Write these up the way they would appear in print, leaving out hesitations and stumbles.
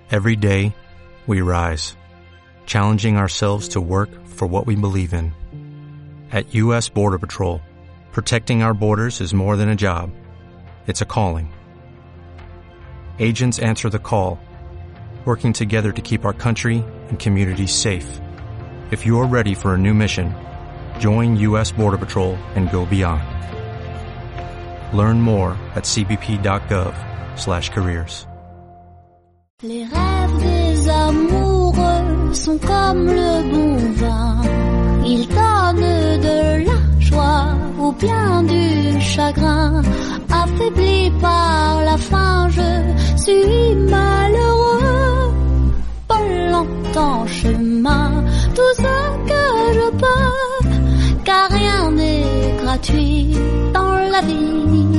Every day, we rise, challenging ourselves to work for what we believe in. At U.S. Border Patrol, protecting our borders is more than a job. It's a calling. Agents answer the call, working together to keep our country and communities safe. If you're ready for a new mission, join U.S. Border Patrol and go beyond. Learn more at cbp.gov/careers. Les rêves des amoureux sont comme le bon vin. Ils donnent de la joie ou bien du chagrin. Affaibli par la faim, je suis malheureux. Pas longtemps chemin, tout ce que je peux, car rien n'est gratuit dans la vie.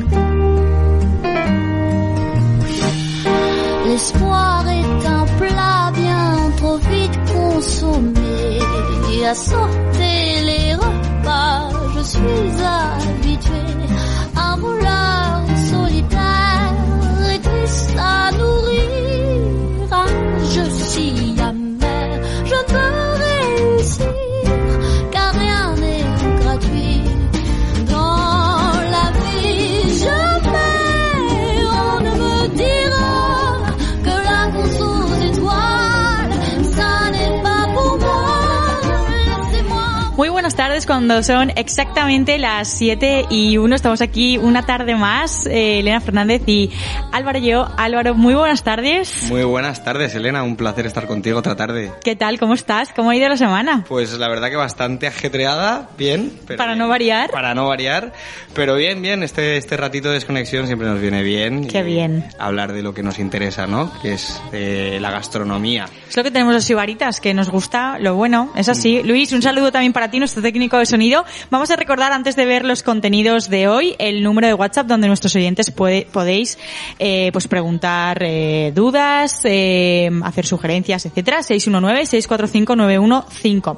L'espoir est un plat bien trop vite consommé. À sauter les repas, je suis habitué. Un voleur solitaire et triste à nourrir. Je suis amer, je ne veux réussir, car rien n'est gratuit dans la vie. Jamais on ne me dira que la course aux étoiles, ça n'est pas pour moi. Muy buenas tardes, cuando son exactamente las 7:01, estamos aquí una tarde más, Elena Fernández y Álvaro Yo. Álvaro, muy buenas tardes. Muy buenas tardes, Elena, un placer estar contigo otra tarde. ¿Qué tal? ¿Cómo estás? ¿Cómo ha ido la semana? Pues la verdad que bastante ajetreada, bien. Pero para bien. No variar. Para no variar, pero bien, este ratito de desconexión siempre nos viene bien. Qué bien. Hablar de lo que nos interesa, ¿no? Que es la gastronomía. Es lo que tenemos los ibaritas, que nos gusta lo bueno, es así. Luis, un saludo también para ti, nuestro técnico de sonido. Vamos a recordar, antes de ver los contenidos de hoy, el número de WhatsApp donde nuestros oyentes podéis pues preguntar dudas, hacer sugerencias, etcétera. 619-645-915.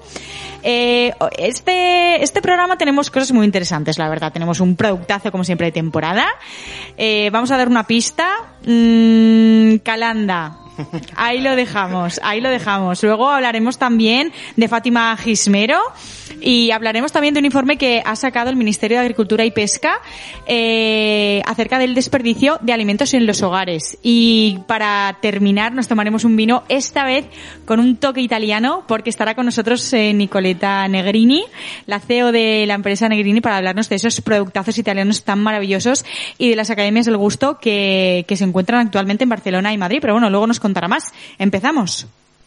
Este programa tenemos cosas muy interesantes, la verdad. Tenemos un productazo, como siempre, de temporada. Vamos a dar una pista. Calanda. Ahí lo dejamos. Luego hablaremos también de Fátima Gismero y hablaremos también de un informe que ha sacado el Ministerio de Agricultura y Pesca acerca del desperdicio de alimentos en los hogares. Y para terminar nos tomaremos un vino, esta vez con un toque italiano, porque estará con nosotros Nicoletta Negrini, la CEO de la empresa Negrini, para hablarnos de esos productazos italianos tan maravillosos y de las academias del gusto que se encuentran actualmente en Barcelona y Madrid. Pero bueno, luego nos contará más. Empezamos.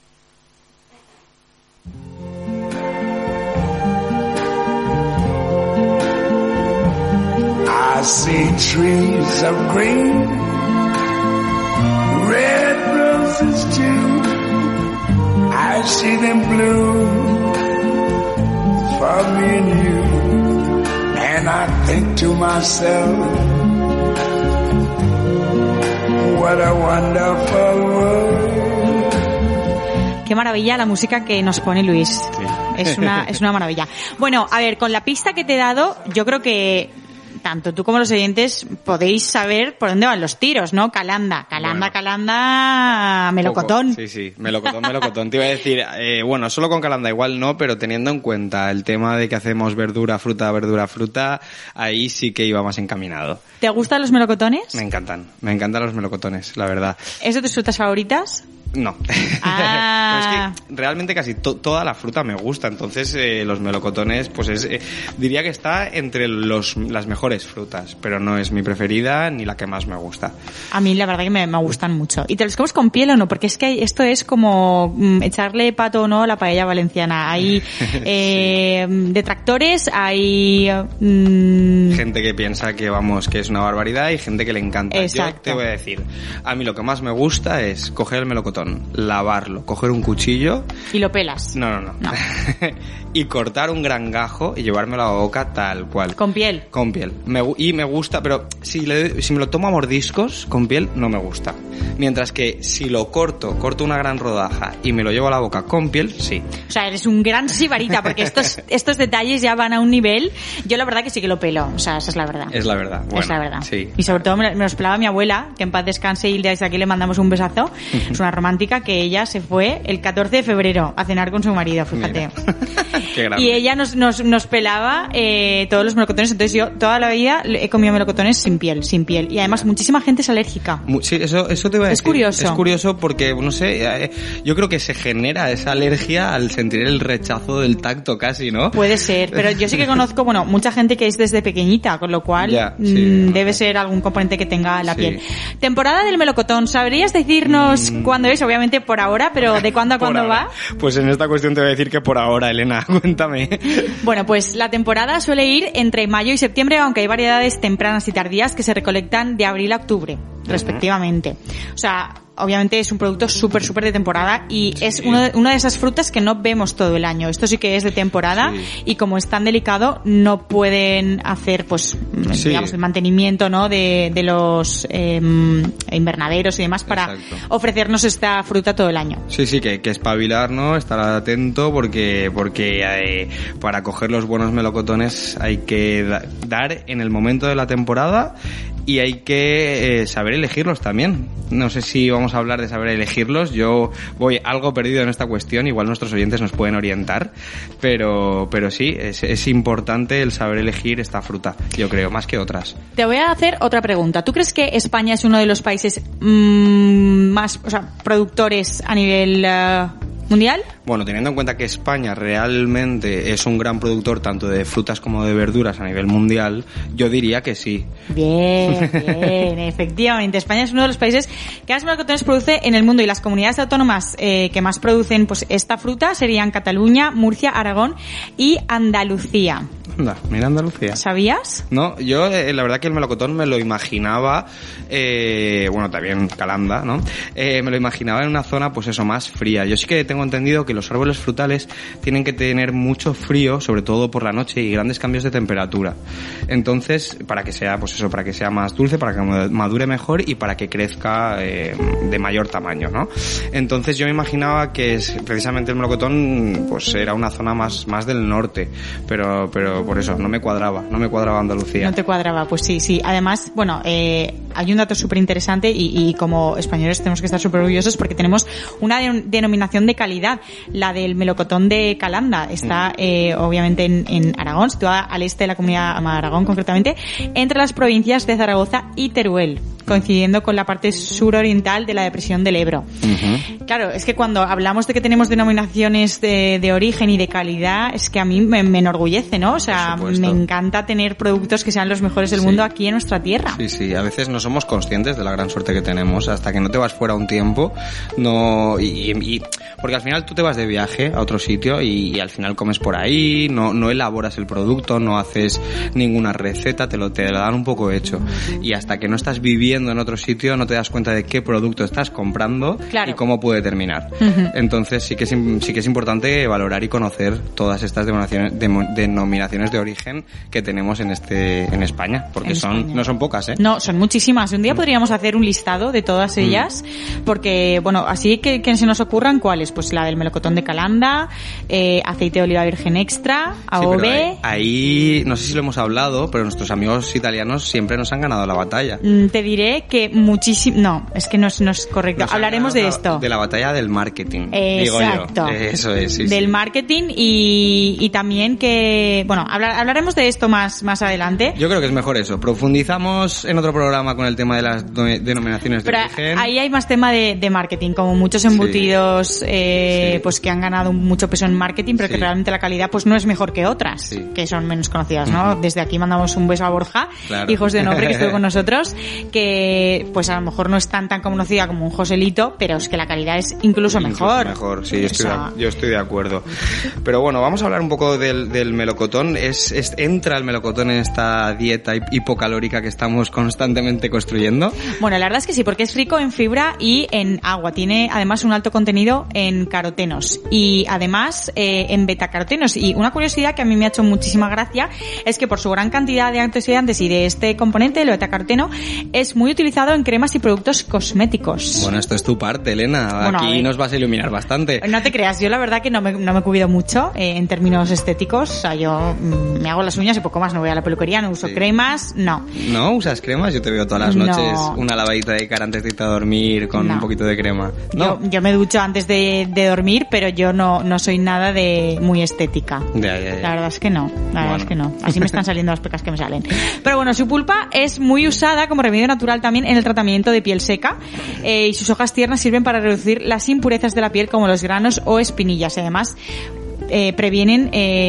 I see trees of green, red roses too. I see them bloom for me and you. And I think to myself, what a wonderful world. Qué maravilla la música que nos pone Luis. Sí. Es una maravilla. Bueno, a ver, con la pista que te he dado, yo creo que tanto tú como los oyentes podéis saber por dónde van los tiros, ¿no? Calanda, melocotón. Sí, melocotón. Te iba a decir, bueno, solo con calanda igual no, pero teniendo en cuenta el tema de que hacemos verdura, fruta, ahí sí que iba más encaminado. ¿Te gustan los melocotones? Me encantan los melocotones, la verdad. ¿Es de tus frutas favoritas? No. Ah. No, es que realmente casi toda la fruta me gusta, entonces los melocotones, pues diría que está entre las mejores frutas, pero no es mi preferida ni la que más me gusta. A mí la verdad que me gustan mucho. ¿Y te los comes con piel o no? Porque es que esto es como echarle pato o no a la paella valenciana. Hay detractores, hay gente que piensa que que es una barbaridad y gente que le encanta. Exacto. Yo te voy a decir, a mí lo que más me gusta es coger el melocotón, melocotón, lavarlo, coger un cuchillo... ¿Y lo pelas? No. Y cortar un gran gajo y llevármelo a la boca tal cual. ¿Con piel? Con piel. Y me gusta, pero si me lo tomo a mordiscos, con piel, no me gusta. Mientras que si lo corto una gran rodaja y me lo llevo a la boca con piel, sí. O sea, eres un gran sibarita, porque estos detalles ya van a un nivel... Yo la verdad que sí que lo pelo, o sea, esa es la verdad. Es la verdad. Bueno, es la verdad. Sí. Y sobre todo me los pelaba mi abuela, que en paz descanse, y desde aquí le mandamos un besazo. Es una romántica que ella se fue el 14 de febrero a cenar con su marido, fíjate. Qué grande. Y ella nos pelaba todos los melocotones. Entonces yo toda la vida he comido melocotones sin piel. Y además muchísima gente es alérgica. Sí, eso te iba a decir. Es curioso. Es curioso porque, no sé, yo creo que se genera esa alergia al sentir el rechazo del tacto casi, ¿no? Puede ser, pero yo sí que conozco, mucha gente que es desde pequeñita, con lo cual debe ser algún componente que tenga la piel. Temporada del melocotón, ¿sabrías decirnos cuándo es? Obviamente por ahora, pero ¿de cuándo a cuándo va? Pues en esta cuestión te voy a decir que por ahora, Elena, cuéntame. Bueno, pues la temporada suele ir entre mayo y septiembre, aunque hay variedades tempranas y tardías que se recolectan de abril a octubre, respectivamente. O sea, obviamente es un producto súper de temporada y es una de esas frutas que no vemos todo el año. Esto sí que es de temporada y como es tan delicado no pueden hacer digamos el mantenimiento, ¿no? de los invernaderos y demás para ofrecernos esta fruta todo el año. Sí, que espabilar, ¿no? Estar atento porque para coger los buenos melocotones hay que dar en el momento de la temporada y hay que saber elegirlos también. No sé si vamos a hablar de saber elegirlos. Yo voy algo perdido en esta cuestión. Igual nuestros oyentes nos pueden orientar. Pero sí, es importante el saber elegir esta fruta, yo creo, más que otras. Te voy a hacer otra pregunta. ¿Tú crees que España es uno de los países más productores a nivel mundial? Bueno, teniendo en cuenta que España realmente es un gran productor tanto de frutas como de verduras a nivel mundial, yo diría que sí. Bien, efectivamente. España es uno de los países que más melocotones produce en el mundo y las comunidades autónomas que más producen esta fruta serían Cataluña, Murcia, Aragón y Andalucía. Anda, mira Andalucía. ¿Sabías? No, yo la verdad que el melocotón me lo imaginaba, también Calanda, ¿no? Me lo imaginaba en una zona, pues eso, más fría. Yo sí que tengo entendido que los árboles frutales tienen que tener mucho frío, sobre todo por la noche, y grandes cambios de temperatura. Entonces, para que sea, para que sea más dulce, para que madure mejor y para que crezca de mayor tamaño, ¿no? Entonces yo me imaginaba que precisamente el melocotón, pues era una zona más del norte, pero por eso no me cuadraba Andalucía. No te cuadraba, pues sí. Además, hay un dato súper interesante y como españoles tenemos que estar súper orgullosos porque tenemos una denominación de calidad, la del melocotón de Calanda. Está obviamente en Aragón, situada al este de la comunidad de Aragón concretamente, entre las provincias de Zaragoza y Teruel, coincidiendo con la parte suroriental de la depresión del Ebro. Claro, es que cuando hablamos de que tenemos denominaciones de origen y de calidad, es que a mí me enorgullece, ¿no? O sea, me encanta tener productos que sean los mejores del mundo aquí en nuestra tierra. Sí, a veces no somos conscientes de la gran suerte que tenemos hasta que no te vas fuera un tiempo, porque al final tú te vas de viaje a otro sitio y al final comes por ahí, no elaboras el producto, no haces ninguna receta, te lo dan un poco hecho. Y hasta que no estás viviendo en otro sitio no te das cuenta de qué producto estás comprando y cómo puede terminar. Entonces sí que es importante valorar y conocer todas estas denominaciones de origen que tenemos en España, porque no son pocas, ¿eh? No, son muchísimas. Un día podríamos hacer un listado de todas ellas, porque, así que se nos ocurran cuáles, pues la del melocotón de Calanda, aceite de oliva virgen extra, AOV. Sí, ahí no sé si lo hemos hablado, pero nuestros amigos italianos siempre nos han ganado la batalla. Te diré que muchísimo... No, es que no es correcto. Hablaremos de esto. De la batalla del marketing, exacto. Digo yo. Eso es, sí. Del marketing y también que... hablaremos de esto más adelante. Yo creo que es mejor eso. Profundizamos en otro programa con el tema de las denominaciones de origen. Ahí hay más tema de marketing, como muchos embutidos pues que han ganado mucho peso en marketing, pero que realmente la calidad pues no es mejor que otras, que son menos conocidas, ¿no? Desde aquí mandamos un beso a Borja, hijos de nombre, que estuvo con nosotros, que pues a lo mejor no es tan conocida como un Joselito, pero es que la calidad es incluso mejor. Mejor, sí, yo estoy de acuerdo. Pero bueno, vamos a hablar un poco del melocotón. ¿Entra el melocotón en esta dieta hipocalórica que estamos constantemente construyendo? Bueno, la verdad es que sí, porque es rico en fibra y en agua. Tiene además un alto contenido en carotenos y además en betacarotenos. Y una curiosidad que a mí me ha hecho muchísima gracia es que por su gran cantidad de antioxidantes y de este componente, el betacaroteno, es muy utilizado en cremas y productos cosméticos. Bueno, esto es tu parte, Elena. Bueno, aquí nos vas a iluminar bastante. No te creas, yo la verdad que no me he cuidado mucho en términos estéticos. O sea, yo me hago las uñas y poco más. No voy a la peluquería, no uso cremas, no. ¿No usas cremas? Yo te veo todas las noches una lavadita de cara antes de irte a dormir con un poquito de crema. No. Yo me ducho antes de dormir, pero yo no soy nada de muy estética. Ya. La verdad es que no. Así me están saliendo las pecas que me salen. Pero bueno, su pulpa es muy usada como remedio natural también en el tratamiento de piel seca y sus hojas tiernas sirven para reducir las impurezas de la piel como los granos o espinillas. Además, previenen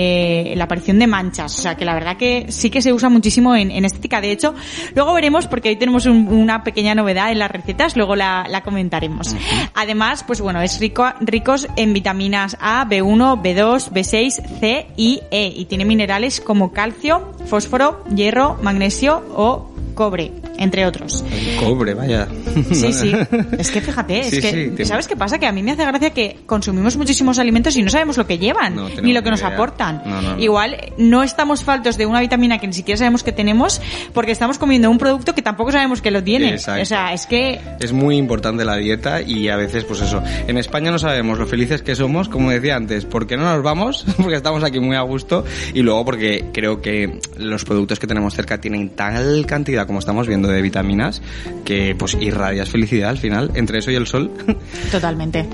la aparición de manchas, o sea que la verdad que sí que se usa muchísimo en estética. De hecho, luego veremos, porque hoy tenemos una pequeña novedad en las recetas, luego la comentaremos. Además, pues bueno, es ricos en vitaminas A, B1, B2, B6, C y E, y tiene minerales como calcio, fósforo, hierro, magnesio o cobre, entre otros. El cobre, vaya. Sí. Es que fíjate, ¿sabes qué pasa? Que a mí me hace gracia que consumimos muchísimos alimentos y no sabemos lo que llevan, ni lo que nos aportan. No. Igual no estamos faltos de una vitamina que ni siquiera sabemos que tenemos porque estamos comiendo un producto que tampoco sabemos que lo tiene. Exacto. O sea, es que... Es muy importante la dieta y a veces, pues eso, en España no sabemos lo felices que somos, como decía antes, porque no nos vamos, porque estamos aquí muy a gusto, y luego porque creo que los productos que tenemos cerca tienen tal cantidad, como estamos viendo, de vitaminas, que pues irradias felicidad al final, entre eso y el sol. Totalmente.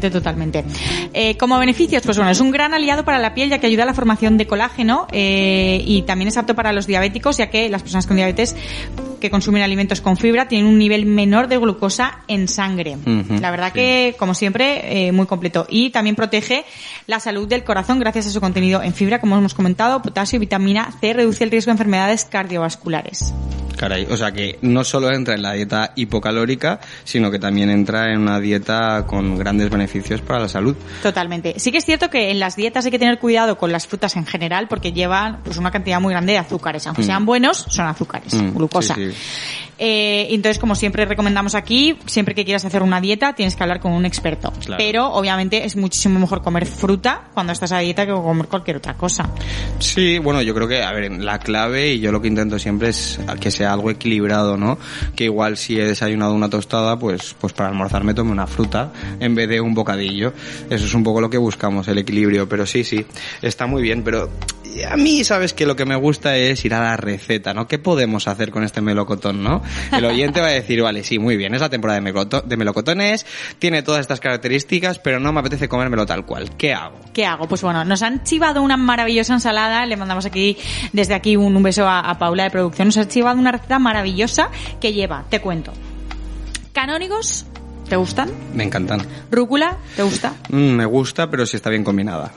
Como beneficios, pues bueno, es un gran aliado para la piel, ya que ayuda a la formación de colágeno, y también es apto para los diabéticos, ya que las personas con diabetes que consumen alimentos con fibra tienen un nivel menor de glucosa en sangre. La verdad que, como siempre, muy completo. Y también protege la salud del corazón gracias a su contenido en fibra, como hemos comentado, potasio y vitamina C, reduce el riesgo de enfermedades cardiovasculares. Caray, o sea que no solo entra en la dieta hipocalórica, sino que también entra en una dieta con grandes beneficios para la salud. Totalmente. Sí que es cierto que en las dietas hay que tener cuidado con las frutas en general, porque llevan pues una cantidad muy grande de azúcares. Aunque sean buenos, son azúcares, glucosa. Sí. Entonces, como siempre recomendamos aquí, siempre que quieras hacer una dieta tienes que hablar con un experto. Claro. Pero obviamente es muchísimo mejor comer fruta cuando estás a dieta que comer cualquier otra cosa. Sí, bueno, yo creo que, a ver, la clave, y yo lo que intento siempre es que sea algo equilibrado, ¿no? Que igual si he desayunado una tostada, pues para almorzar me tome una fruta en vez de un bocadillo. Eso es un poco lo que buscamos, el equilibrio. Pero sí, está muy bien, pero a mí, sabes que lo que me gusta es ir a la receta, ¿no? ¿Qué podemos hacer con este melocotón, no? El oyente va a decir, vale, sí, muy bien, es la temporada de melocotones, tiene todas estas características, pero no me apetece comérmelo tal cual. ¿Qué hago? Pues bueno, nos han chivado una maravillosa ensalada, le mandamos desde aquí un beso a Paula de producción, nos ha chivado una receta maravillosa que lleva, te cuento, canónigos. ¿Te gustan? Me encantan. ¿Rúcula? ¿Te gusta? Me gusta, pero si está bien combinada.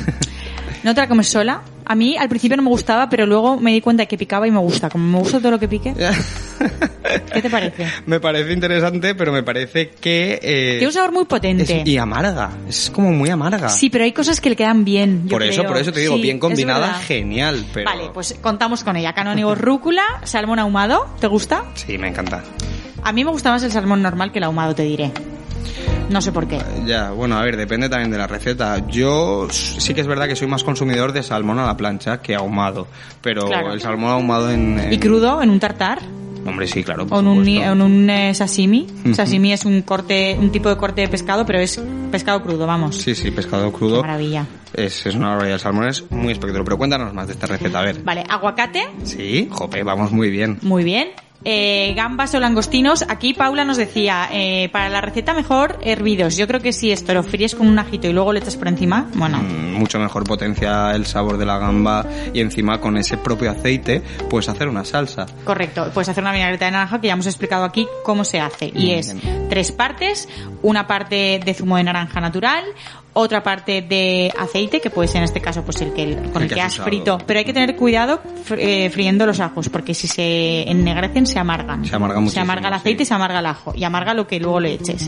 ¿No te la comes sola? A mí al principio no me gustaba, pero luego me di cuenta de que picaba y me gusta. Como me gusta todo lo que pique. ¿Qué te parece? Me parece interesante, pero me parece que... tiene un sabor muy potente. Y amarga. Es como muy amarga. Sí, pero hay cosas que le quedan bien. Por eso te digo, bien combinada, genial. Pero... Vale, pues contamos con ella. Canónigos, rúcula, salmón ahumado. ¿Te gusta? Sí, me encanta. A mí me gusta más el salmón normal que el ahumado, te diré. No sé por qué. Ya, bueno, a ver, depende también de la receta. Yo sí que es verdad que soy más consumidor de salmón a la plancha que ahumado. Pero claro, el salmón ahumado en... ¿Y crudo? ¿En un tartar? Hombre, sí, claro. O en un sashimi. Sashimi es un tipo de corte de pescado, pero es pescado crudo, vamos. Sí, pescado crudo. Qué maravilla. Es una maravilla. El salmón es muy espectacular. Pero cuéntanos más de esta receta, a ver. Vale, aguacate. Sí, jope, vamos muy bien. Muy bien. Gambas o langostinos. Aquí Paula nos decía, para la receta mejor hervidos. Yo creo que si esto lo fríes con un ajito y luego le echas por encima, bueno. Mucho mejor potencia el sabor de la gamba y encima con ese propio aceite puedes hacer una salsa. Correcto, puedes hacer una vinagreta de naranja que ya hemos explicado aquí cómo se hace. Y es 3 partes, una parte de zumo de naranja natural, otra parte de aceite, que puede ser en este caso pues el que has frito, pero hay que tener cuidado friendo los ajos, porque si se ennegrecen se amargan. Se amarga muchísimo. Se amarga el aceite y se amarga el ajo, y amarga lo que luego le eches.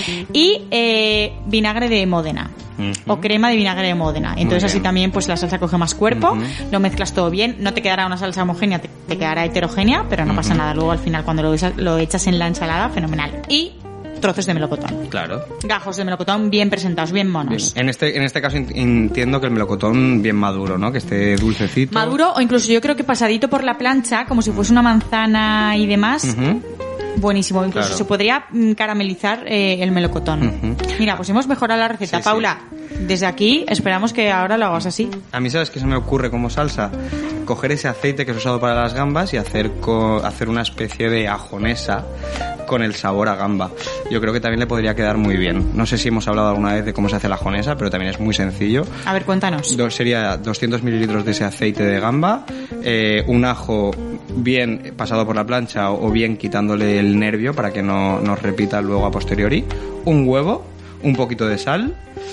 Y vinagre de Módena. O crema de vinagre de Módena. Entonces así también pues la salsa coge más cuerpo, lo mezclas todo bien, no te quedará una salsa homogénea, te quedará heterogénea, pero no pasa nada. Luego al final cuando lo echas en la ensalada, fenomenal. Y trozos de melocotón. Claro. Gajos de melocotón bien presentados, bien monos. Bien. En este caso entiendo que el melocotón bien maduro, ¿no? Que esté dulcecito. Maduro, o incluso yo creo que pasadito por la plancha, como si fuese una manzana y demás. Buenísimo. Incluso se podría caramelizar el melocotón. Mira, pues hemos mejorado la receta. Paula, desde aquí esperamos que ahora lo hagas así. A mí, ¿sabes qué se me ocurre como salsa? Coger ese aceite que es usado para las gambas y hacer una especie de ajonesa con el sabor a gamba. Yo creo que también le podría quedar muy bien. No sé si hemos hablado alguna vez de cómo se hace la ajonesa, pero también es muy sencillo. A ver, cuéntanos. Sería 200 mililitros de ese aceite de gamba, un ajo bien pasado por la plancha o bien quitándole el nervio para que no nos repita luego a posteriori, un huevo, un poquito de sal,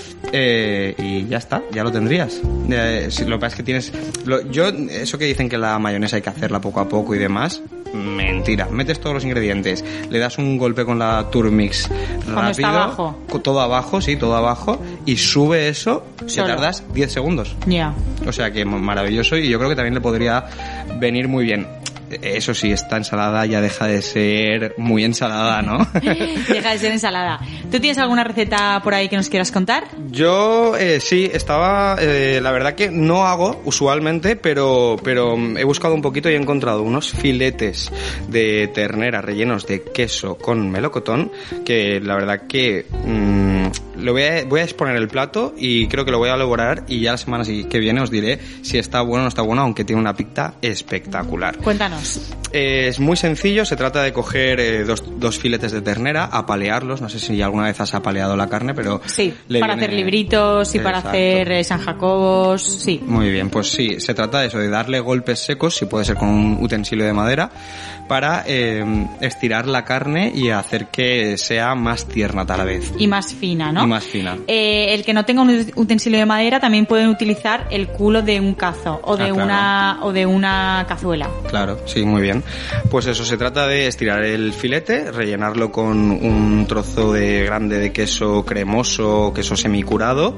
y ya está, ya lo tendrías. Lo que pasa es que tienes... eso que dicen que la mayonesa hay que hacerla poco a poco y demás, mentira. Metes todos los ingredientes, le das un golpe con la Turmix rápido, está abajo. Todo abajo, sí, todo abajo, y sube eso, y tardas 10 segundos. Ya. O sea que maravilloso, y yo creo que también le podría venir muy bien. Eso sí, esta ensalada ya deja de ser muy ensalada, ¿no? Deja de ser ensalada. ¿Tú tienes alguna receta por ahí que nos quieras contar? Yo sí, estaba... la verdad que no hago usualmente, pero he buscado un poquito y he encontrado unos filetes de ternera rellenos de queso con melocotón, que la verdad que... voy a exponer el plato y creo que lo voy a elaborar, y ya la semana que viene os diré si está bueno o no está bueno, aunque tiene una pinta espectacular. Cuéntanos. Es muy sencillo, se trata de coger dos filetes de ternera, apalearlos, no sé si alguna vez has apaleado la carne, pero... Sí, para hacer libritos y para hacer San Jacobos, sí. Muy bien, pues sí, se trata de eso, de darle golpes secos, si puede ser con un utensilio de madera, para estirar la carne y hacer que sea más tierna tal vez. Y más fina, ¿no? Y más fina. El que no tenga un utensilio de madera también pueden utilizar el culo de un cazo o de una cazuela. Claro, sí, muy bien. Pues eso, se trata de estirar el filete, rellenarlo con un trozo grande de queso cremoso, queso semicurado,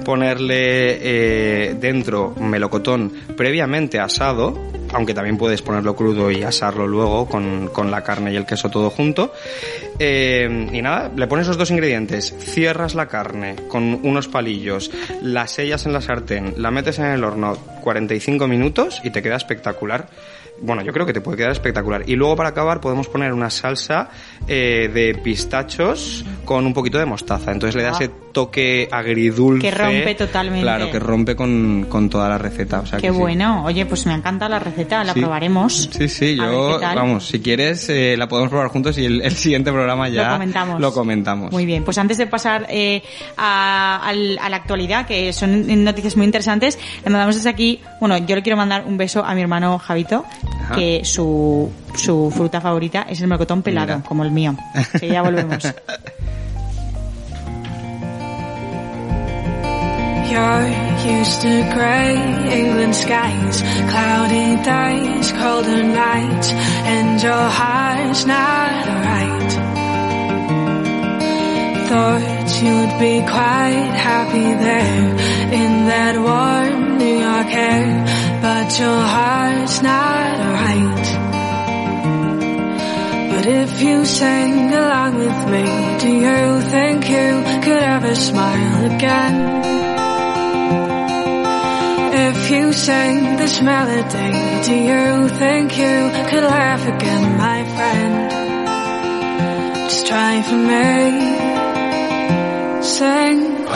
ponerle dentro melocotón previamente asado, aunque también puedes ponerlo crudo y asarlo luego con la carne y el queso todo junto. Y nada, le pones los dos ingredientes, cierras la carne con unos palillos, la sellas en la sartén, la metes en el horno 45 minutos y te queda espectacular. Bueno, yo creo que te puede quedar espectacular. Y luego para acabar podemos poner una salsa de pistachos con un poquito de mostaza. Entonces le da ese toque agridulce. Que rompe totalmente. Claro, que rompe con toda la receta. O sea, qué bueno. Oye, pues me encanta la receta, la probaremos. Sí, vamos, si quieres la podemos probar juntos y el siguiente programa ya lo comentamos. Muy bien, pues antes de pasar a la actualidad, que son noticias muy interesantes, le mandamos desde aquí, bueno, yo le quiero mandar un beso a mi hermano Javito, que su fruta favorita es el melocotón pelado, como el mío. Sí, ya volvemos. You're used to grey England skies, cloudy days, colder nights, and your heart's not right. Thought you'd be quite happy there in that warm New York air, but your heart's not right. But if you sang along with me, do you think you could ever smile again? If you sang this melody, do you think you could laugh again, my friend? Just try for me. Sing,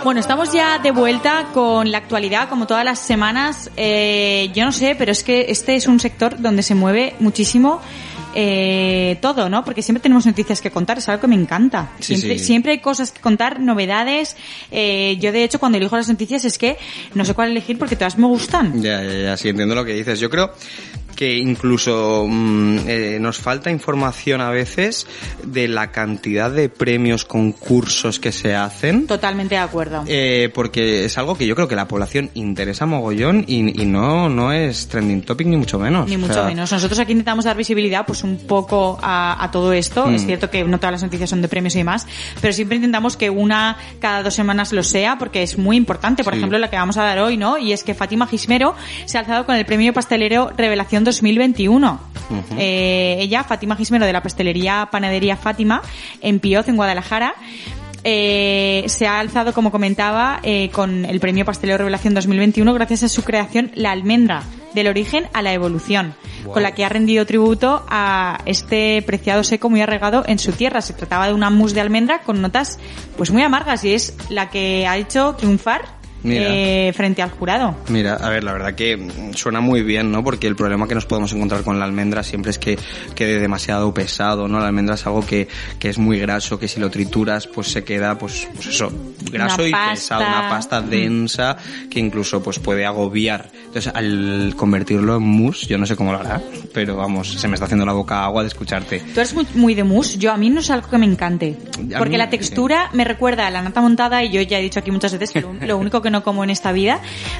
Bueno, estamos ya de vuelta con la actualidad, como todas las semanas. Yo no sé, pero es que este es un sector donde se mueve muchísimo todo, ¿no? Porque siempre tenemos noticias que contar, es algo que me encanta. Siempre hay cosas que contar, novedades. Yo, de hecho, cuando elijo las noticias es que no sé cuál elegir porque todas me gustan. Ya, sí, entiendo lo que dices. Yo creo que incluso nos falta información a veces de la cantidad de premios, concursos que se hacen. Totalmente de acuerdo. Porque es algo que yo creo que la población interesa mogollón y no es trending topic ni mucho menos. Ni mucho menos. Nosotros aquí intentamos dar visibilidad pues un poco a todo esto. Es cierto que no todas las noticias son de premios y demás, pero siempre intentamos que una cada 2 semanas lo sea porque es muy importante. Por ejemplo, la que vamos a dar hoy, ¿no? Y es que Fátima Gismero se ha alzado con el premio pastelero Revelación 2021. Ella, Fátima Gismero, de la pastelería Panadería Fátima, en Pioz, en Guadalajara, se ha alzado, como comentaba, con el premio pastelero Revelación 2021 gracias a su creación La Almendra, del origen a la evolución, con la que ha rendido tributo a este preciado seco muy arraigado en su tierra. Se trataba de una mousse de almendra con notas pues muy amargas y es la que ha hecho triunfar frente al jurado. Mira, a ver, la verdad que suena muy bien, ¿no? Porque el problema que nos podemos encontrar con la almendra siempre es que quede demasiado pesado, ¿no? La almendra es algo que es muy graso, que si lo trituras pues se queda pues eso, graso y pesado, una pasta densa que incluso pues puede agobiar. Entonces, al convertirlo en mousse, yo no sé cómo lo hará, pero vamos, se me está haciendo la boca agua de escucharte. Tú eres muy de mousse. A mí no es algo que me encante, porque la textura me recuerda a la nata montada y yo ya he dicho aquí muchas veces que lo único que no como en esta vida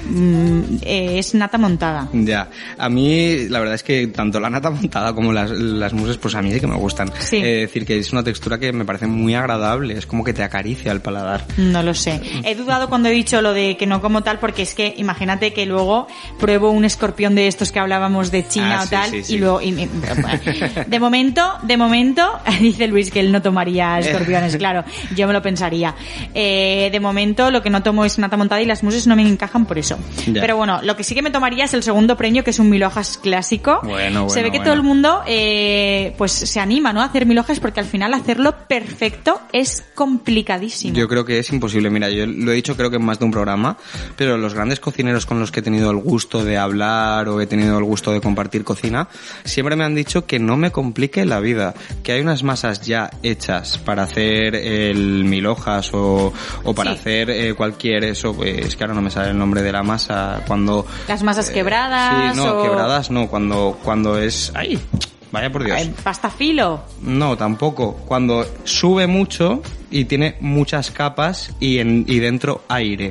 es nata montada. Ya, a mí la verdad es que tanto la nata montada como las mousses pues a mí sí que me gustan. Sí. Decir que es una textura que me parece muy agradable, es como que te acaricia el paladar. No lo sé. He dudado cuando he dicho lo de que no como tal, porque es que imagínate que luego pruebo un escorpión de estos que hablábamos de China o tal, y luego de momento dice Luis que él no tomaría escorpiones, claro, yo me lo pensaría. De momento lo que no tomo es nata montada y las mousses no me encajan por eso. Ya. Pero bueno, lo que sí que me tomaría es el segundo premio, que es un mil hojas clásico. Se ve que todo el mundo pues se anima, ¿no?, a hacer 1000 hojas, porque al final hacerlo perfecto es complicadísimo. Yo creo que es imposible. Mira, yo lo he dicho creo que en más de un programa, pero los grandes cocineros con los que he tenido el gusto de hablar o he tenido el gusto de compartir cocina, siempre me han dicho que no me complique la vida, que hay unas masas ya hechas para hacer el 1000 hojas o para hacer cualquier eso, es que ahora no me sale el nombre de la masa, cuando... Las masas quebradas. Sí, no, quebradas no, cuando es... ¡Ay! Vaya por Dios. ¿Pasta filo? No, tampoco. Cuando sube mucho y tiene muchas capas y dentro aire.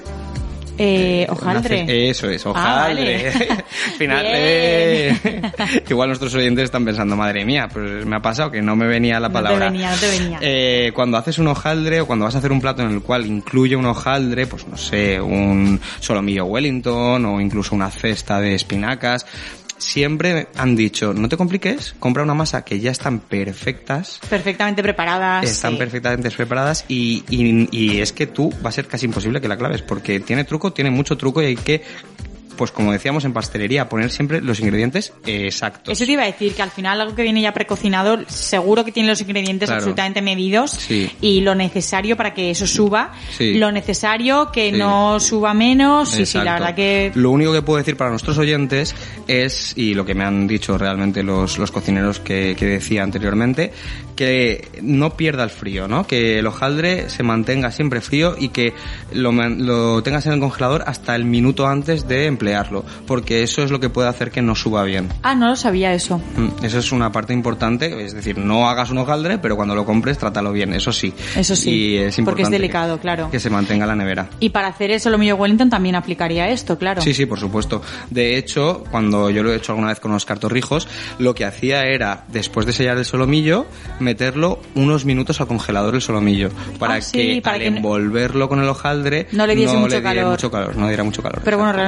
Hojaldre. Eso es, hojaldre. Vale. Al final, igual nuestros oyentes están pensando, madre mía, pues me ha pasado que no me venía la palabra. No te venía. Cuando haces un hojaldre o cuando vas a hacer un plato en el cual incluye un hojaldre, pues no sé, un solomillo Wellington o incluso una cesta de espinacas, siempre han dicho, no te compliques, compra una masa que ya están perfectas. Perfectamente preparadas. Están perfectamente preparadas y es que tú va a ser casi imposible que la claves, porque tiene mucho truco y hay que, pues como decíamos en pastelería, poner siempre los ingredientes exactos. Eso te iba a decir, que al final algo que viene ya precocinado, seguro que tiene los ingredientes absolutamente medidos, y lo necesario para que eso suba, lo necesario que no suba menos. Sí, la verdad que... Lo único que puedo decir para nuestros oyentes es, y lo que me han dicho realmente los cocineros que decía anteriormente, que no pierda el frío, ¿no? Que el hojaldre se mantenga siempre frío y que lo tengas en el congelador hasta el minuto antes de emplearlo, porque eso es lo que puede hacer que no suba bien. Ah, no lo sabía eso. Eso es una parte importante, es decir, no hagas un hojaldre, pero cuando lo compres trátalo bien, eso sí. Eso sí, y es importante porque es delicado, claro. Que se mantenga en la nevera. Y para hacer el solomillo Wellington también aplicaría esto, claro. Sí, por supuesto. De hecho, cuando yo lo he hecho alguna vez con Oscar Torrijos, lo que hacía era, después de sellar el solomillo, meterlo unos minutos al congelador el solomillo, para que al envolverlo con el hojaldre no le diese no mucho le diera calor. mucho calor, no diera mucho calor. Pero bueno, realmente si va al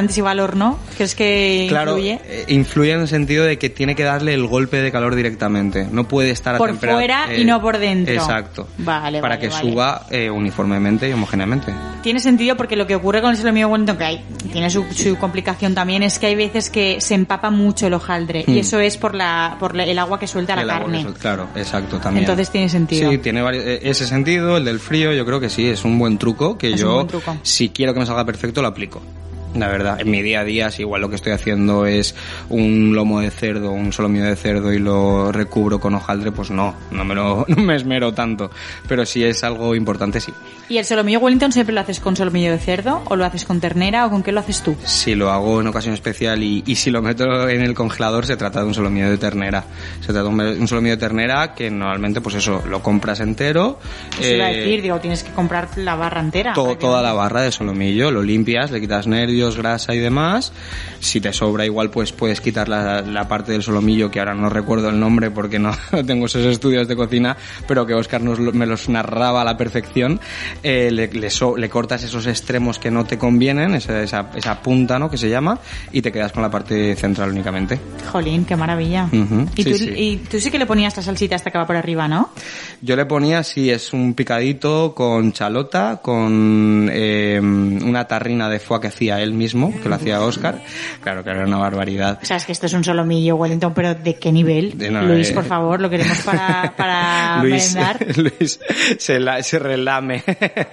horno? ¿Crees que Claro, influye en el sentido de que tiene que darle el golpe de calor directamente. No puede estar por fuera y no por dentro. Exacto. Vale, para que suba uniformemente y homogéneamente. Tiene sentido porque lo que ocurre con el solomillo Wellington, que tiene su complicación también, es que hay veces que se empapa mucho el hojaldre y eso es por el agua que suelta la carne. Claro, exacto, también. Entonces tiene sentido. Sí, tiene ese sentido, el del frío, yo creo que sí, es un buen truco que si quiero que me salga perfecto, lo aplico. La verdad, en mi día a día, si igual lo que estoy haciendo es un lomo de cerdo, un solomillo de cerdo y lo recubro con hojaldre, pues no me esmero tanto. Pero si es algo importante, sí. ¿Y el solomillo Wellington siempre lo haces con solomillo de cerdo o lo haces con ternera o con qué lo haces tú? Si lo hago en ocasión especial y si lo meto en el congelador, se trata de un solomillo de ternera. Se trata de un solomillo de ternera que normalmente, pues eso, lo compras entero. Eso iba a decir, tienes que comprar la barra entera. Toda la barra de solomillo, lo limpias, le quitas nervios, grasa y demás. Si te sobra igual pues puedes quitar la parte del solomillo, que ahora no recuerdo el nombre porque no tengo esos estudios de cocina, pero que Óscar me los narraba a la perfección. Le cortas esos extremos que no te convienen, esa punta, ¿no?, que se llama, y te quedas con la parte central únicamente. Jolín, qué maravilla. Uh-huh. Y tú sí que le ponías esta salsita esta que va por arriba, ¿no? Yo le ponía, sí, es un picadito con chalota, con una tarrina de foie que hacía él mismo, que lo hacía Óscar. Claro que era una barbaridad. O sea, es que esto es un solomillo Wellington, pero ¿de qué nivel? Luis, por favor, lo queremos para merendar. Luis se relame.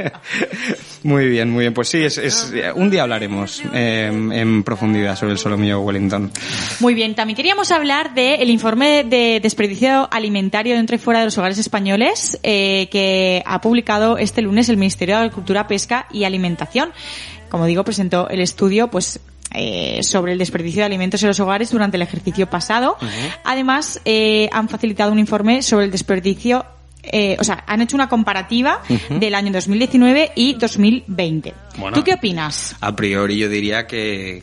Muy bien, muy bien. Pues sí, un día hablaremos en profundidad sobre el solomillo Wellington. Muy bien, también queríamos hablar del informe de desperdicio alimentario dentro y fuera de los hogares españoles que ha publicado este lunes el Ministerio de Agricultura, Pesca y Alimentación. Como digo, presentó el estudio sobre el desperdicio de alimentos en los hogares durante el ejercicio pasado. Uh-huh. Además, han facilitado un informe sobre el desperdicio, han hecho una comparativa del año 2019 y 2020. Bueno, ¿tú qué opinas? A priori yo diría que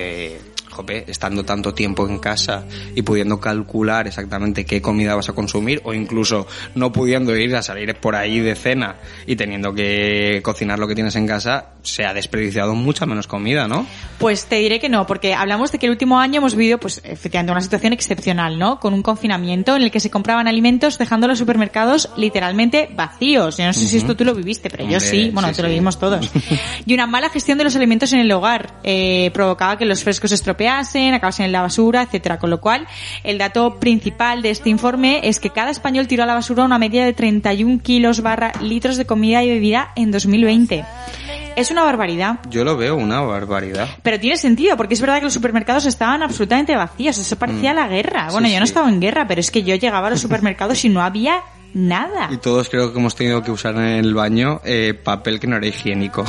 estando tanto tiempo en casa y pudiendo calcular exactamente qué comida vas a consumir, o incluso no pudiendo ir a salir por ahí de cena y teniendo que cocinar lo que tienes en casa, se ha desperdiciado mucha menos comida, ¿no? Pues te diré que no, porque hablamos de que el último año hemos vivido, pues efectivamente, una situación excepcional, ¿no? Con un confinamiento en el que se compraban alimentos dejando los supermercados literalmente vacíos. Yo no sé si esto tú lo viviste, pero yo sí. Bueno, lo vivimos todos. Y una mala gestión de los alimentos en el hogar provocaba que los frescos se estropeasen, acabasen en la basura, etcétera. Con lo cual, el dato principal de este informe es que cada español tiró a la basura una media de 31 litros de comida y bebida en 2020. Es una barbaridad. Yo lo veo una barbaridad. Pero tiene sentido, porque es verdad que los supermercados estaban absolutamente vacíos. Eso parecía la guerra. Bueno, yo no estaba en guerra, pero es que yo llegaba a los supermercados y no había nada. Y todos creo que hemos tenido que usar en el baño papel que no era higiénico.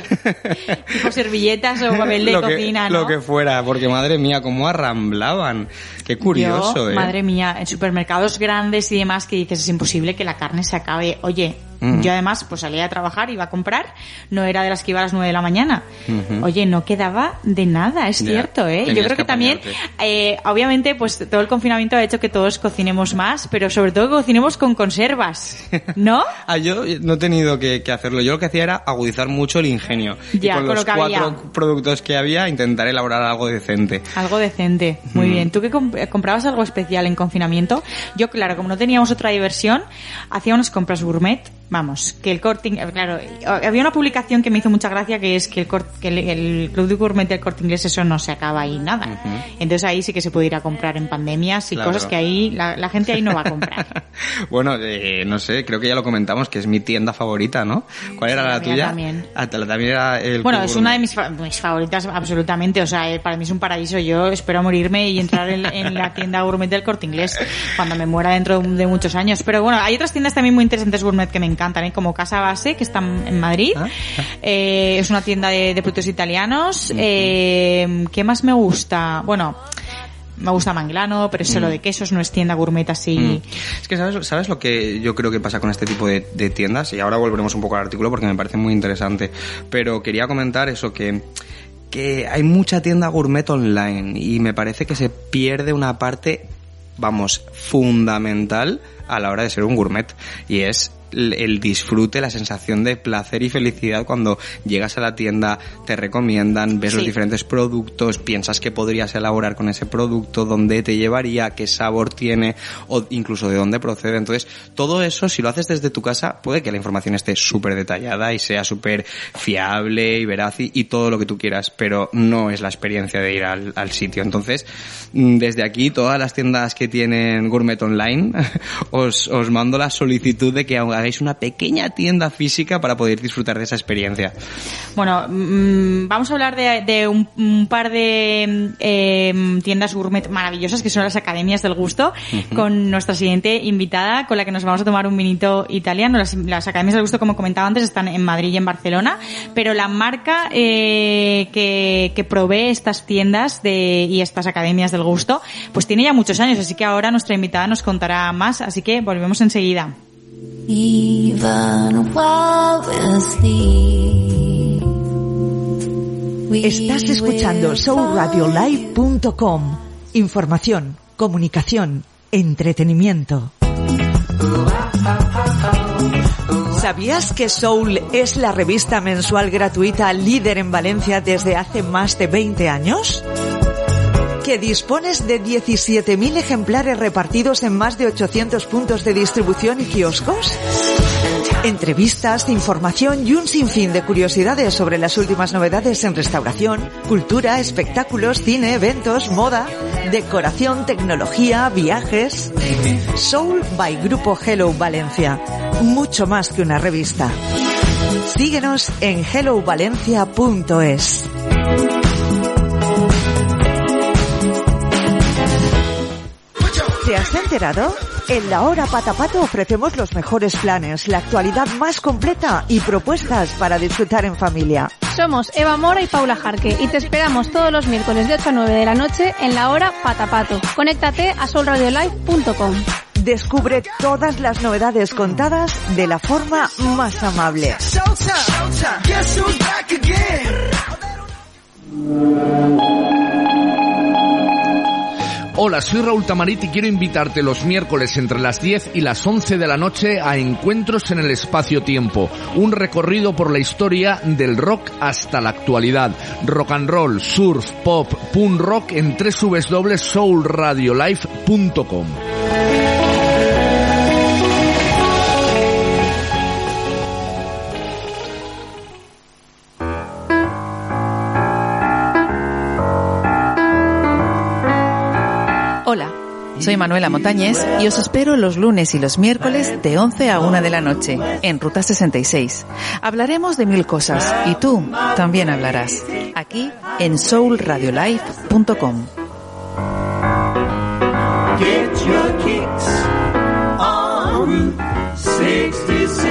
Tipo servilletas o papel de cocina, ¿no? Lo que fuera, porque madre mía, cómo arramblaban. Qué curioso, Madre mía, en supermercados grandes y demás que dices, es imposible que la carne se acabe. Oye, yo además pues salía a trabajar, iba a comprar, no era de las que iba a las 9 de la mañana. Oye, no quedaba de nada, es cierto, Yo creo que también, obviamente, pues todo el confinamiento ha hecho que todos cocinemos más, pero sobre todo que cocinemos con conservas, ¿no? Yo no he tenido que hacerlo. Yo lo que hacía era agudizar mucho el ingenio. Ya, y con los 4 productos que había, intentar elaborar algo decente. Algo decente, muy bien. ¿Tú qué comprabas algo especial en confinamiento? Yo, claro, como no teníamos otra diversión, hacía unas compras gourmet. Vamos, que el Corte Inglés, claro, había una publicación que me hizo mucha gracia, que es que el Club de Gourmet del Corte Inglés, eso no se acaba ahí nada. Entonces ahí sí que se puede ir a comprar en pandemias y cosas que ahí la gente ahí no va a comprar. Bueno, no sé, creo que ya lo comentamos, que es mi tienda favorita, ¿no? ¿Cuál era la tuya? También. También era el Bueno, Club es Gourmet. una de mis favoritas absolutamente, o sea, para mí es un paraíso. Yo espero morirme y entrar en la tienda Gourmet del Corte Inglés cuando me muera dentro de muchos años. Pero bueno, hay otras tiendas también muy interesantes Gourmet que me encantan, como Casa Base, que está en Madrid. Es una tienda de productos italianos. ¿Qué más me gusta? Bueno, me gusta Manglano, pero es solo de quesos, no es tienda gourmet así. Es que ¿sabes lo que yo creo que pasa con este tipo de tiendas? Y ahora volveremos un poco al artículo porque me parece muy interesante. Pero quería comentar eso, que hay mucha tienda gourmet online y me parece que se pierde una parte, vamos, fundamental a la hora de ser un gourmet, y es el disfrute, la sensación de placer y felicidad cuando llegas a la tienda, te recomiendan, ves los diferentes productos, piensas qué podrías elaborar con ese producto, dónde te llevaría, qué sabor tiene o incluso de dónde procede. Entonces, todo eso, si lo haces desde tu casa, puede que la información esté súper detallada y sea súper fiable y veraz y todo lo que tú quieras, pero no es la experiencia de ir al sitio. Entonces, desde aquí, todas las tiendas que tienen Gourmet Online, os mando la solicitud de que hagáis una pequeña tienda física para poder disfrutar de esa experiencia. Bueno, vamos a hablar de un par de tiendas gourmet maravillosas que son las Academias del Gusto, con nuestra siguiente invitada, con la que nos vamos a tomar un vinito italiano. Las Academias del Gusto, como comentaba antes, están en Madrid y en Barcelona, pero la marca que provee estas tiendas y estas Academias del Gusto, pues tiene ya muchos años, así que ahora nuestra invitada nos contará más, así que volvemos enseguida. Estás escuchando soulradiolive.com. Información, comunicación, entretenimiento. ¿Sabías que Soul es la revista mensual gratuita líder en Valencia desde hace más de 20 años? ¿Que dispones de 17.000 ejemplares repartidos en más de 800 puntos de distribución y kioscos? Entrevistas, información y un sinfín de curiosidades sobre las últimas novedades en restauración, cultura, espectáculos, cine, eventos, moda, decoración, tecnología, viajes. Soul by Grupo Hello Valencia. Mucho más que una revista. Síguenos en hellovalencia.es. ¿Te has enterado? En la Hora Patapato ofrecemos los mejores planes, la actualidad más completa y propuestas para disfrutar en familia. Somos Eva Mora y Paula Jarque y te esperamos todos los miércoles de 8 a 9 de la noche en la Hora Patapato. Conéctate a soulradiolive.com. Descubre todas las novedades contadas de la forma más amable. Hola, soy Raúl Tamarit y quiero invitarte los miércoles entre las 10 y las 11 de la noche a Encuentros en el Espacio-Tiempo, un recorrido por la historia del rock hasta la actualidad. Rock and roll, surf, pop, punk rock en www.soulradiolive.com. Hola, soy Manuela Montañés y os espero los lunes y los miércoles de 11 a 1 de la noche en Ruta 66. Hablaremos de mil cosas y tú también hablarás, aquí en soulradiolive.com. Get your kicks on Route 66.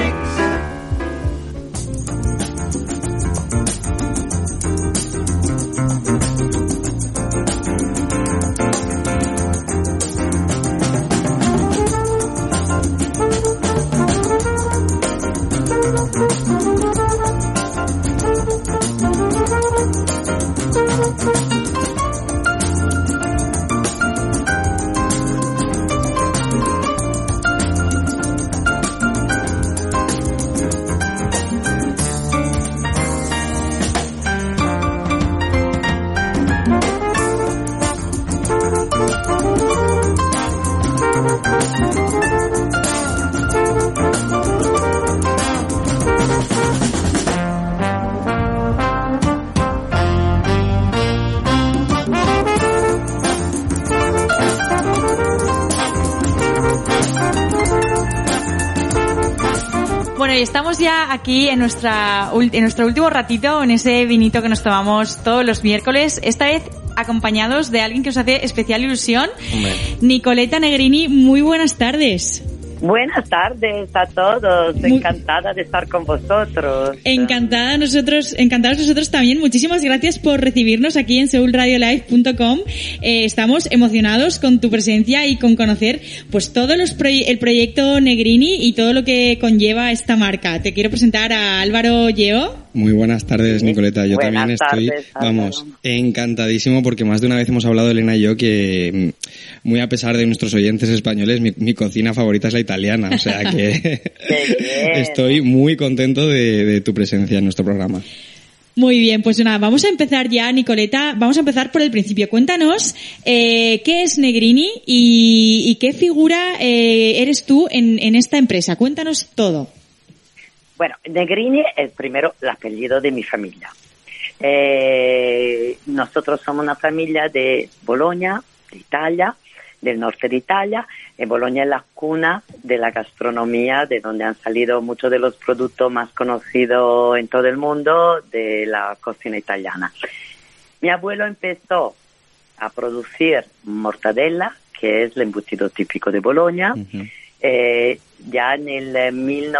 Bueno, y estamos ya aquí en nuestro último ratito, en ese vinito que nos tomamos todos los miércoles, esta vez acompañados de alguien que os hace especial ilusión, Nicoleta Negrini. Muy buenas tardes. Buenas tardes a todos, encantada de estar con vosotros. Encantados nosotros también. Muchísimas gracias por recibirnos aquí en soulradiolive.com. Estamos emocionados con tu presencia y con conocer pues todo el proyecto Negrini y todo lo que conlleva esta marca. Te quiero presentar a Álvaro Lleó. Muy buenas tardes, Nicoleta. Yo Buenas también estoy, tardes, Álvaro. encantadísimo porque más de una vez hemos hablado, Elena y yo, que muy a pesar de nuestros oyentes españoles, mi cocina favorita es la italiana. O sea que estoy muy contento de tu presencia en nuestro programa. Muy bien, pues nada, vamos a empezar ya, Nicoleta. Vamos a empezar por el principio. Cuéntanos qué es Negrini y qué figura eres tú en esta empresa. Cuéntanos todo. Bueno, Negrini es primero el apellido de mi familia. Nosotros somos una familia de Bologna, de Italia, del norte de Italia. Bologna es la cuna de la gastronomía, de donde han salido muchos de los productos más conocidos en todo el mundo de la cocina italiana. Mi abuelo empezó a producir mortadella, que es el embutido típico de Bologna, ya en el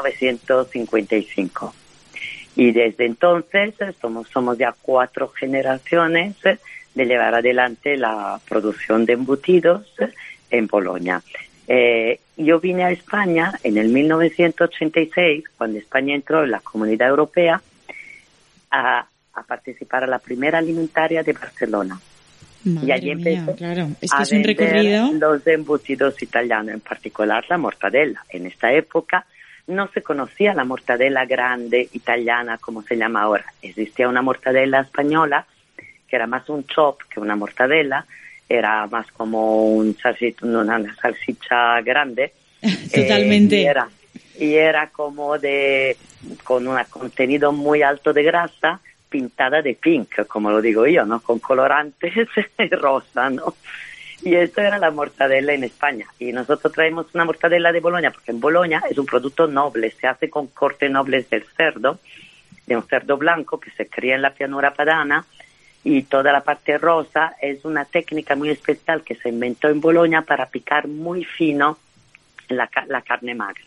1955. Y desde entonces somos ya 4 generaciones de llevar adelante la producción de embutidos en Bologna. Yo vine a España en el 1986, cuando España entró en la Comunidad Europea, a participar a la primera alimentaria de Barcelona. Madre y allí mía, empecé claro. Es que a es un vender recorrido. los embutidos italianos, en particular la mortadella. En esta época no se conocía la mortadella grande italiana como se llama ahora. Existía una mortadella española que era más un chop que una mortadella, era más como una salchicha grande. Totalmente. Y era como con un contenido muy alto de grasa, pintada de pink, como lo digo yo, ¿no? Con colorantes rosa, ¿no? Y esto era la mortadella en España. Y nosotros traemos una mortadella de Bologna, porque en Bologna es un producto noble, se hace con cortes nobles del cerdo, de un cerdo blanco que se cría en la llanura padana, y toda la parte rosa es una técnica muy especial que se inventó en Bologna para picar muy fino la carne magra.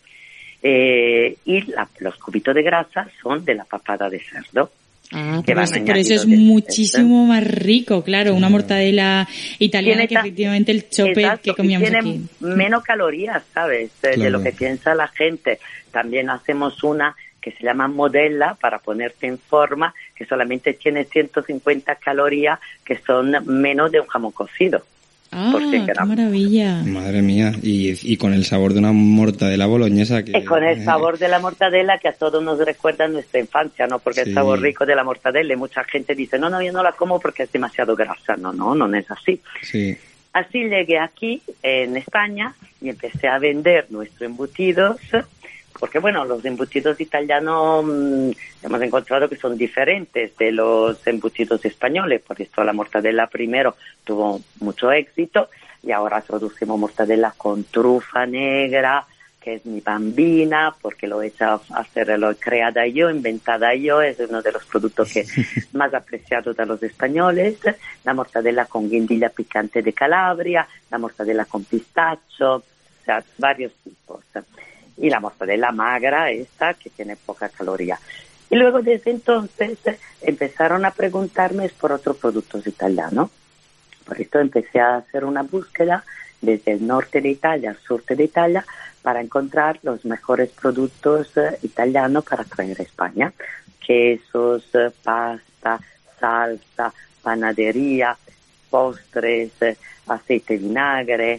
Y los cubitos de grasa son de la papada de cerdo. Por eso es muchísimo más rico, claro, una mortadella italiana que efectivamente el chope que comíamos tiene aquí. Menos calorías, ¿sabes? De lo que piensa la gente. También hacemos una que se llama modella para ponerte en forma, que solamente tiene 150 calorías, que son menos de un jamón cocido. ¡Qué maravilla! Madre mía, y con el sabor de una mortadella boloñesa. Con el sabor de la mortadella que a todos nos recuerda nuestra infancia, ¿no? Porque el sabor rico de la mortadella, y mucha gente dice, no, yo no la como porque es demasiado grasa. No es así. Sí. Así llegué aquí, en España, y empecé a vender nuestros embutidos, porque bueno, los embutidos italianos hemos encontrado que son diferentes de los embutidos españoles, por esto la mortadella primero tuvo mucho éxito y ahora producimos mortadella con trufa negra, que es mi bambina, porque lo he hecho lo he creada yo, inventada yo, es uno de los productos que más apreciados de los españoles, la mortadella con guindilla picante de Calabria, la mortadella con pistacho, o sea, varios tipos. Y la mortadella magra, esta, que tiene poca caloría. Y luego desde entonces empezaron a preguntarme por otros productos italianos. Por esto empecé a hacer una búsqueda desde el norte de Italia al sur de Italia para encontrar los mejores productos italianos para traer a España. Quesos, pasta, salsa, panadería, postres, aceite de vinagre,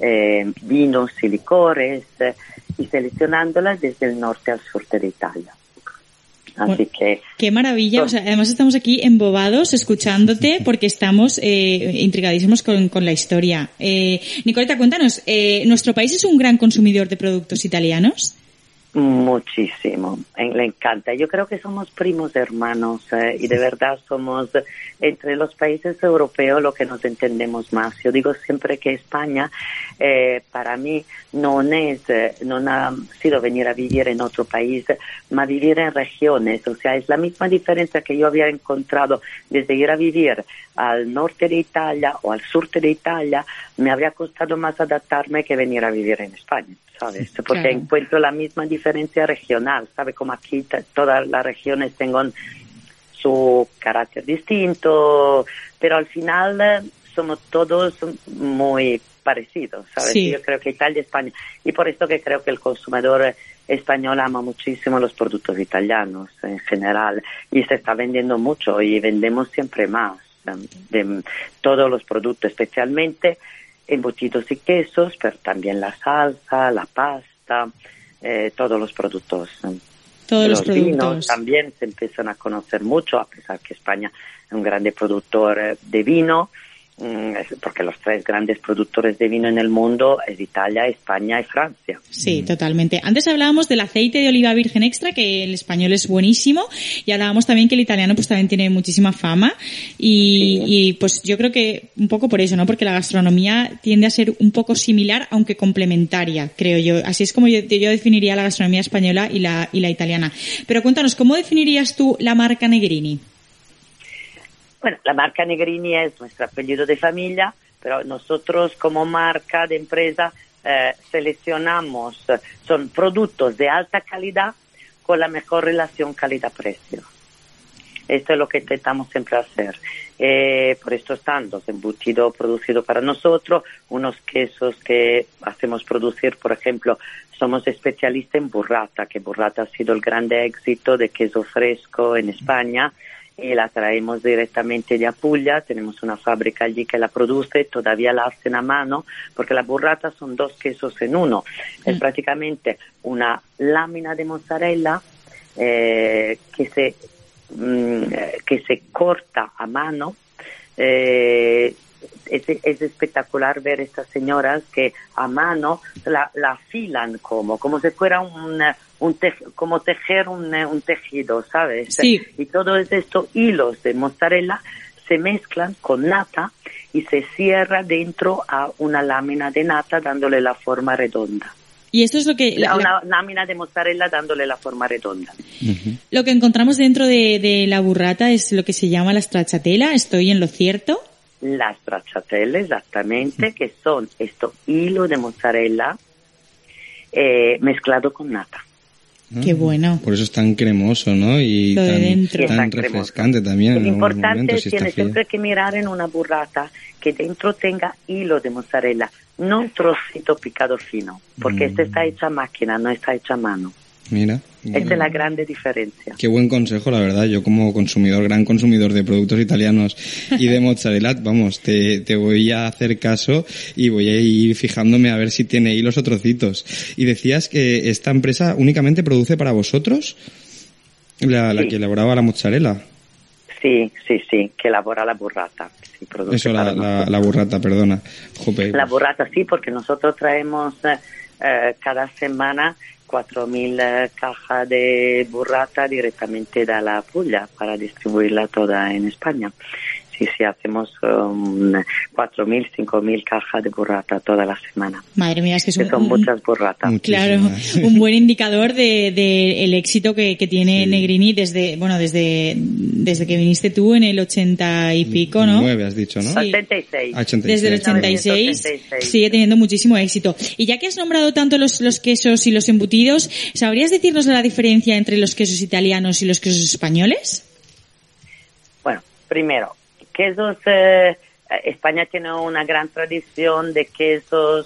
vinos y licores, y seleccionándolas desde el norte al sur de Italia. Así que... ¡Qué maravilla! O sea, además estamos aquí embobados escuchándote porque estamos intrigadísimos con la historia. Nicoleta, cuéntanos, ¿nuestro país es un gran consumidor de productos italianos? Muchísimo, le encanta. Yo creo que somos primos hermanos y de verdad somos entre los países europeos lo que nos entendemos más. Yo digo siempre que España para mí no ha sido venir a vivir en otro país, ma vivir en regiones. O sea, es la misma diferencia que yo había encontrado desde ir a vivir al norte de Italia o al sur de Italia. Me habría costado más adaptarme que venir a vivir en España, ¿sabes? Porque encuentro la misma diferencia regional, ¿sabes? Como aquí todas las regiones tienen su carácter distinto, pero al final somos todos muy parecidos, ¿sabes? Sí. Yo creo que Italia y España, y por eso que creo que el consumidor español ama muchísimo los productos italianos en general, y se está vendiendo mucho y vendemos siempre más de todos los productos, especialmente embutidos y quesos, pero también la salsa, la pasta, todos los productos. Todos los vinos productos. también se empiezan a conocer mucho, a pesar que España es un grande productor de vino, porque los 3 grandes productores de vino en el mundo es Italia, España y Francia. Sí, totalmente. Antes hablábamos del aceite de oliva virgen extra, que el español es buenísimo, y hablábamos también que el italiano pues también tiene muchísima fama, y pues yo creo que un poco por eso, ¿no? Porque la gastronomía tiende a ser un poco similar, aunque complementaria, creo yo. Así es como yo definiría la gastronomía española y la italiana. Pero cuéntanos, ¿cómo definirías tú la marca Negrini? Bueno, la marca Negrini es nuestro apellido de familia, pero nosotros como marca de empresa seleccionamos, son productos de alta calidad con la mejor relación calidad-precio. Esto es lo que intentamos siempre hacer. Por esto están los embutidos producidos para nosotros, unos quesos que hacemos producir, por ejemplo, somos especialistas en burrata, que burrata ha sido el grande éxito de queso fresco en España, y la traemos directamente de Apulia. Tenemos una fábrica allí que la produce, todavía la hacen a mano, porque la burrata son 2 quesos en uno. Es prácticamente una lámina de mozzarella que se corta a mano. Es espectacular ver estas señoras que a mano la afilan como si fuera como tejer un tejido, ¿sabes? Sí. Y todos estos hilos de mozzarella se mezclan con nata y se cierra dentro a una lámina de nata dándole la forma redonda. Y esto es lo que... Una lámina de mozzarella dándole la forma redonda. Lo que encontramos dentro de la burrata es lo que se llama la stracciatella. ¿Estoy en lo cierto? Las stracciatelle, exactamente, que son estos hilos de mozzarella mezclado con nata. Qué bueno. Por eso es tan cremoso, ¿no? Y lo de dentro. tan refrescante también. Lo importante es tiene siempre que mirar en una burrata que dentro tenga hilo de mozzarella, no un trocito picado fino, porque esta está hecha a máquina, no está hecha a mano. Mira. Esta es la grande diferencia. Qué buen consejo, la verdad. Yo como gran consumidor de productos italianos y de mozzarella, vamos, te voy a hacer caso y voy a ir fijándome a ver si tiene hilos o trocitos. Y decías que esta empresa únicamente produce para vosotros la que elaboraba la mozzarella. Sí, que elabora la burrata. Sí, eso, la burrata, perdona. Jope. La burrata sí, porque nosotros traemos cada semana 4.000 cajas de burrata directamente de la Puglia para distribuirla toda en España. Sí, hacemos 4.000, 5.000 cajas de burrata toda la semana. Madre mía, es que son muchas burratas. Claro, un buen indicador de el éxito que tiene Negrini desde que viniste tú en el 80 y pico, ¿no? 9 has dicho, ¿no? Sí. 86. 86. Desde el 86 sigue teniendo muchísimo éxito. Y ya que has nombrado tanto los quesos y los embutidos, ¿sabrías decirnos la diferencia entre los quesos italianos y los quesos españoles? Bueno, primero, quesos, España tiene una gran tradición de quesos,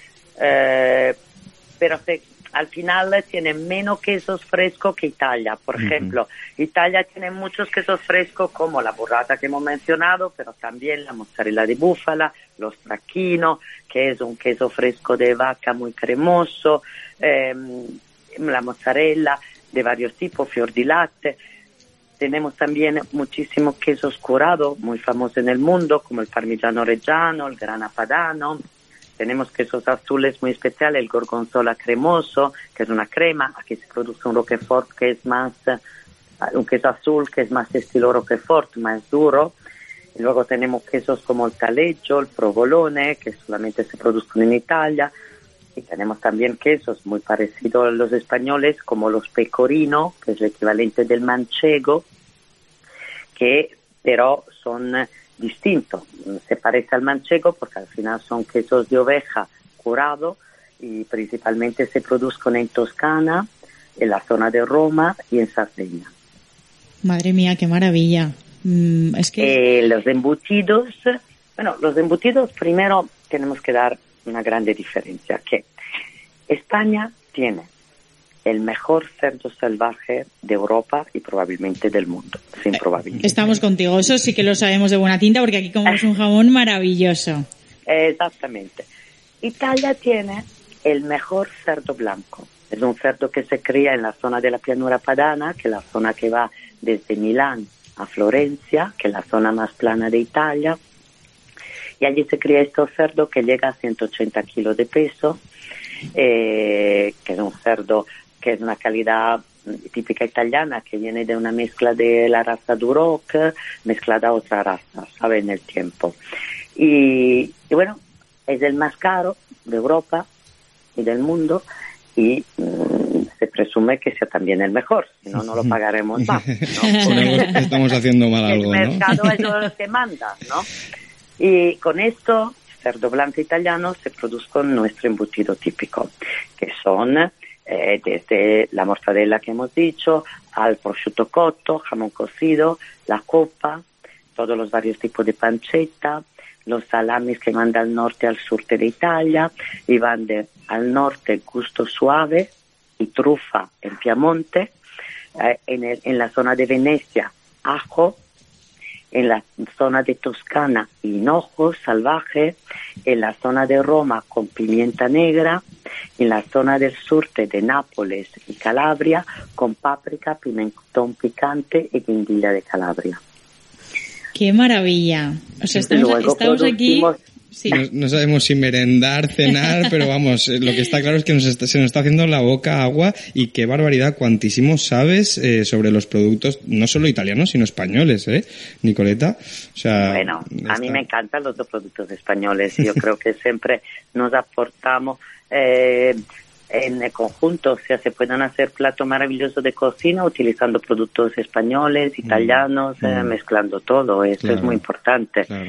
pero al final tiene menos quesos frescos que Italia. Por ejemplo, Italia tiene muchos quesos frescos como la burrata que hemos mencionado, pero también la mozzarella de búfala, los stracchino, que es un queso fresco de vaca muy cremoso, la mozzarella de varios tipos, fior di latte. Tenemos también muchísimos quesos curados, muy famosos en el mundo, como el parmigiano reggiano, el grana padano. Tenemos quesos azules muy especiales, el gorgonzola cremoso, que es una crema. Aquí se produce un roquefort que es más, un queso azul que es más estilo roquefort, más duro. Y luego tenemos quesos como el taleggio, el provolone, que solamente se producen en Italia. Y tenemos también quesos muy parecidos a los españoles, como los pecorino, que es el equivalente del manchego, que pero son distintos. Se parece al manchego porque al final son quesos de oveja curados y principalmente se producen en Toscana, en la zona de Roma y en Sardegna. Madre mía, qué maravilla. Es que los embutidos, Bueno, los embutidos, primero tenemos que dar una grande diferencia, que España tiene el mejor cerdo salvaje de Europa y probablemente del mundo, sin probabilidad. Estamos contigo, eso sí que lo sabemos de buena tinta, porque aquí comemos un jamón maravilloso. Exactamente. Italia tiene el mejor cerdo blanco. Es un cerdo que se cría en la zona de la Pianura Padana, que es la zona que va desde Milán a Florencia, que es la zona más plana de Italia. Y allí se cría este cerdo que llega a 180 kilos de peso, que es un cerdo que es una calidad típica italiana, que viene de una mezcla de la raza Duroc mezclada a otra raza, ¿sabe? En el tiempo. Y bueno, es el más caro de Europa y del mundo, y se presume que sea también el mejor, si no, no lo pagaremos más, ¿no? Estamos haciendo mal algo, el mercado es lo que manda, ¿no? Y con esto, cerdo blanco italiano, se produce nuestro embutido típico, que son desde la mortadela que hemos dicho, al prosciutto cotto, jamón cocido, la copa, todos los varios tipos de pancetta, los salamis que van del norte al sur de Italia, y van al norte gusto suave y trufa en Piamonte, en la zona de Venecia, ajo, en la zona de Toscana, hinojo salvaje, en la zona de Roma con pimienta negra, en la zona del surte de Nápoles y Calabria con páprica, pimentón picante y guindilla de Calabria. ¡Qué maravilla! O sea, estamos aquí... Sí. No sabemos si merendar, cenar, pero vamos, lo que está claro es que se nos está haciendo la boca agua, y qué barbaridad, cuantísimo sabes sobre los productos, no solo italianos, sino españoles, Nicoleta? O sea, bueno, a mí me encantan los dos productos españoles. Yo creo que siempre nos aportamos en el conjunto. O sea, se pueden hacer platos maravillosos de cocina utilizando productos españoles, italianos, mezclando todo. Eso es muy importante. Claro.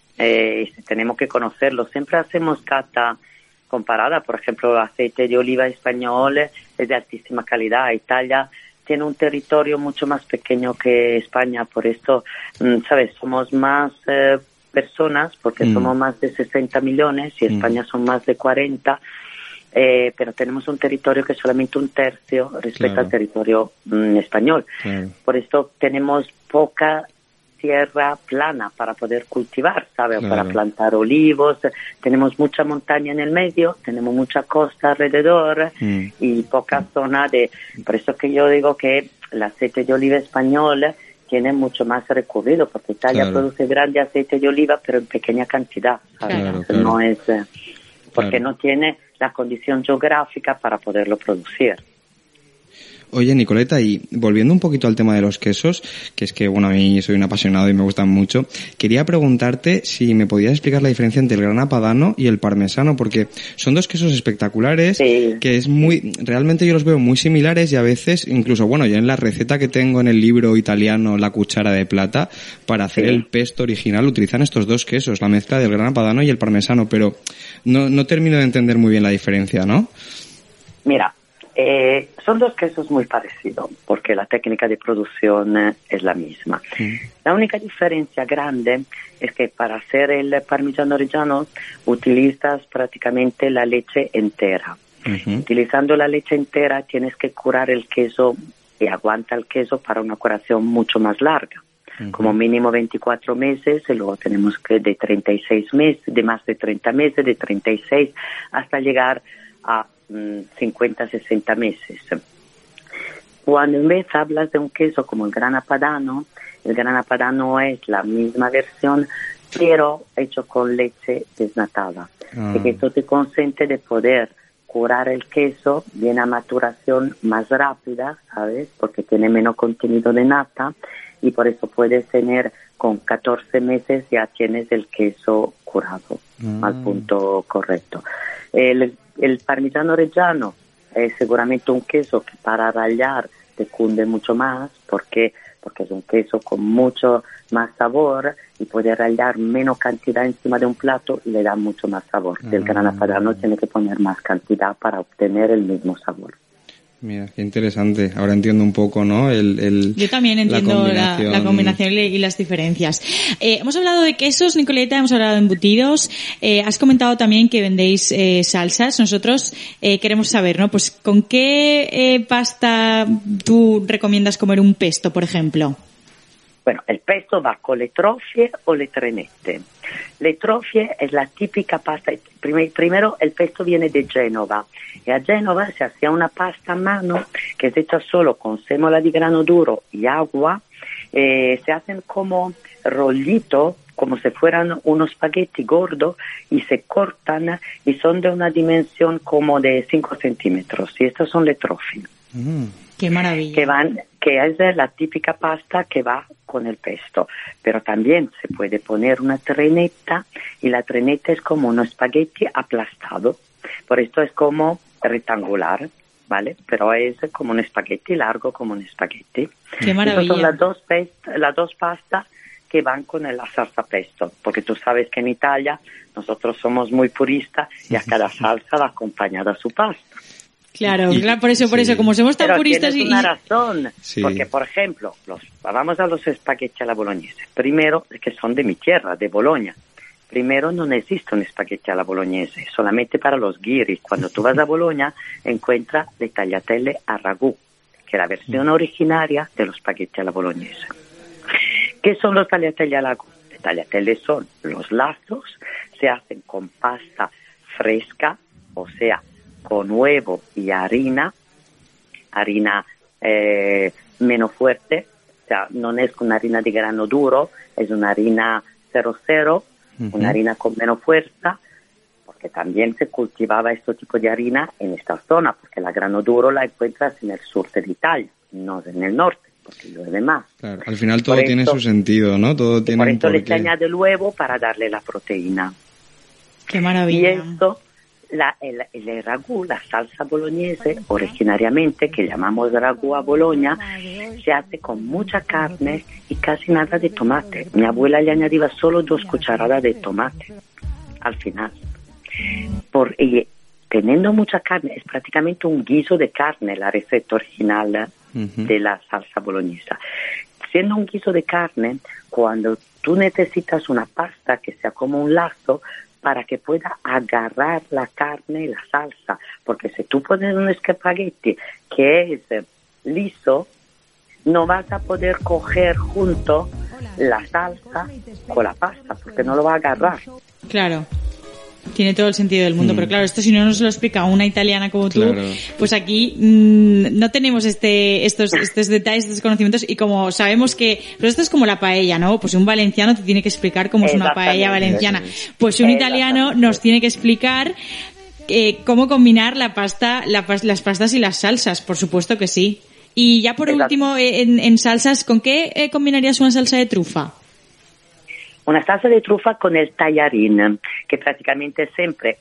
Tenemos que conocerlo. Siempre hacemos cata comparada. Por ejemplo, el aceite de oliva español es de altísima calidad. Italia tiene un territorio mucho más pequeño que España, por esto, ¿sabes? Somos más personas, porque somos más de 60 millones y España son más de 40, pero tenemos un territorio que es solamente un tercio respecto al territorio español. Por esto tenemos poca tierra plana para poder cultivar, ¿sabes? Para plantar olivos. Tenemos mucha montaña en el medio, tenemos mucha costa alrededor y poca zona de... Por eso que yo digo que el aceite de oliva español tiene mucho más recorrido, porque Italia produce grande aceite de oliva, pero en pequeña cantidad, ¿sabes? No es... porque no tiene la condición geográfica para poderlo producir. Oye, Nicoleta, y volviendo un poquito al tema de los quesos, que es que, bueno, a mí soy un apasionado y me gustan mucho, quería preguntarte si me podías explicar la diferencia entre el Grana Padano y el parmesano, porque son dos quesos espectaculares, que es realmente yo los veo muy similares, y a veces, incluso, bueno, yo en la receta que tengo en el libro italiano La cuchara de plata, para hacer el pesto original utilizan estos dos quesos, la mezcla del Grana Padano y el parmesano, pero no termino de entender muy bien la diferencia, ¿no? Mira, son dos quesos muy parecidos, porque la técnica de producción es la misma. La única diferencia grande es que para hacer el parmigiano reggiano utilizas prácticamente la leche entera. Utilizando la leche entera tienes que curar el queso, y aguanta el queso para una curación mucho más larga. Como mínimo 24 meses, y luego tenemos que de 36 meses, de más de 30 meses, de 36 hasta llegar a 50, 60 meses. Cuando en vez hablas de un queso como el Grana Padano es la misma versión, pero hecho con leche desnatada. Y que esto te consiente de poder curar el queso, viene a maturación más rápida, ¿sabes? Porque tiene menos contenido de nata, y por eso puedes tener con 14 meses ya tienes el queso curado al punto correcto. El parmigiano reggiano es seguramente un queso que para rallar te cunde mucho más, porque es un queso con mucho más sabor y puede rallar menos cantidad encima de un plato y le da mucho más sabor. Del Grana Padano tiene que poner más cantidad para obtener el mismo sabor. Mira, qué interesante. Ahora entiendo un poco, ¿no? Yo también entiendo la combinación y las diferencias. Hemos hablado de quesos, Nicoleta, hemos hablado de embutidos. Has comentado también que vendéis salsas. Nosotros queremos saber, ¿no? Pues ¿con qué pasta tú recomiendas comer un pesto, por ejemplo? Bueno, el pesto va con le trofie o le trenette. Le trofie es la típica pasta. Primero, el pesto viene de Génova. Y a Génova se hacía una pasta a mano que es hecha solo con sémola de grano duro y agua. Se hacen como rollitos, como si fueran unos espagueti gordos, y se cortan y son de una dimensión como de 5 centímetros. Y estas son le trofie. ¡Qué maravilla! Que es la típica pasta que va con el pesto. Pero también se puede poner una trenetta, y la trenetta es como un espagueti aplastado. Por esto es como rectangular, ¿vale? Pero es como un espagueti largo, como un espagueti. ¡Qué maravilla! Estas son las dos pastas que van con la salsa pesto, porque tú sabes que en Italia nosotros somos muy puristas y a cada salsa va acompañada su pasta. Claro, por eso, como somos tan pero puristas tienes una razón, porque por ejemplo, vamos a los espagueti alla bolognese, primero, que son de mi tierra, de Bologna. Primero, no existe un espagueti alla bolognese, solamente para los guiri. Cuando tú vas a Bologna, encuentras le tagliatelle a ragù, que es la versión originaria de los espagueti alla bolognese. ¿Qué son los tagliatelle a ragù? Los tagliatelle son los lazos, se hacen con pasta fresca, o sea, con huevo y harina menos fuerte, o sea, no es una harina de grano duro, es una harina 00, una harina con menos fuerza, porque también se cultivaba este tipo de harina en esta zona, porque la grano duro la encuentras en el sur de Italia, no en el norte, porque llueve más. Claro, al final todo tiene su sentido, ¿no? Todo tiene un porqué. Por esto le se añade el huevo para darle la proteína. ¡Qué maravilla! Y esto, el ragù, la salsa bolognese, originariamente, que llamamos ragù a Bologna, se hace con mucha carne y casi nada de tomate. Mi abuela le añadía solo 2 cucharadas de tomate al final. Y teniendo mucha carne, es prácticamente un guiso de carne la receta original de la salsa bolognesa. Siendo un guiso de carne, cuando tú necesitas una pasta que sea como un lazo, para que pueda agarrar la carne y la salsa, porque si tú pones un espagueti que es liso, no vas a poder coger junto la salsa con la pasta, porque no lo va a agarrar. Claro. Tiene todo el sentido del mundo, pero claro, esto si no nos lo explica una italiana como tú, pues aquí no tenemos estos detalles, estos conocimientos, y como sabemos que, pero esto es como la paella, ¿no? Pues un valenciano te tiene que explicar cómo es una paella valenciana. Pues un italiano nos tiene que explicar cómo combinar las pastas y las salsas, por supuesto que sí. Y ya por último, en salsas, ¿con qué combinarías una salsa de trufa? Una salsa de trufa con el tallarín, que prácticamente es siempre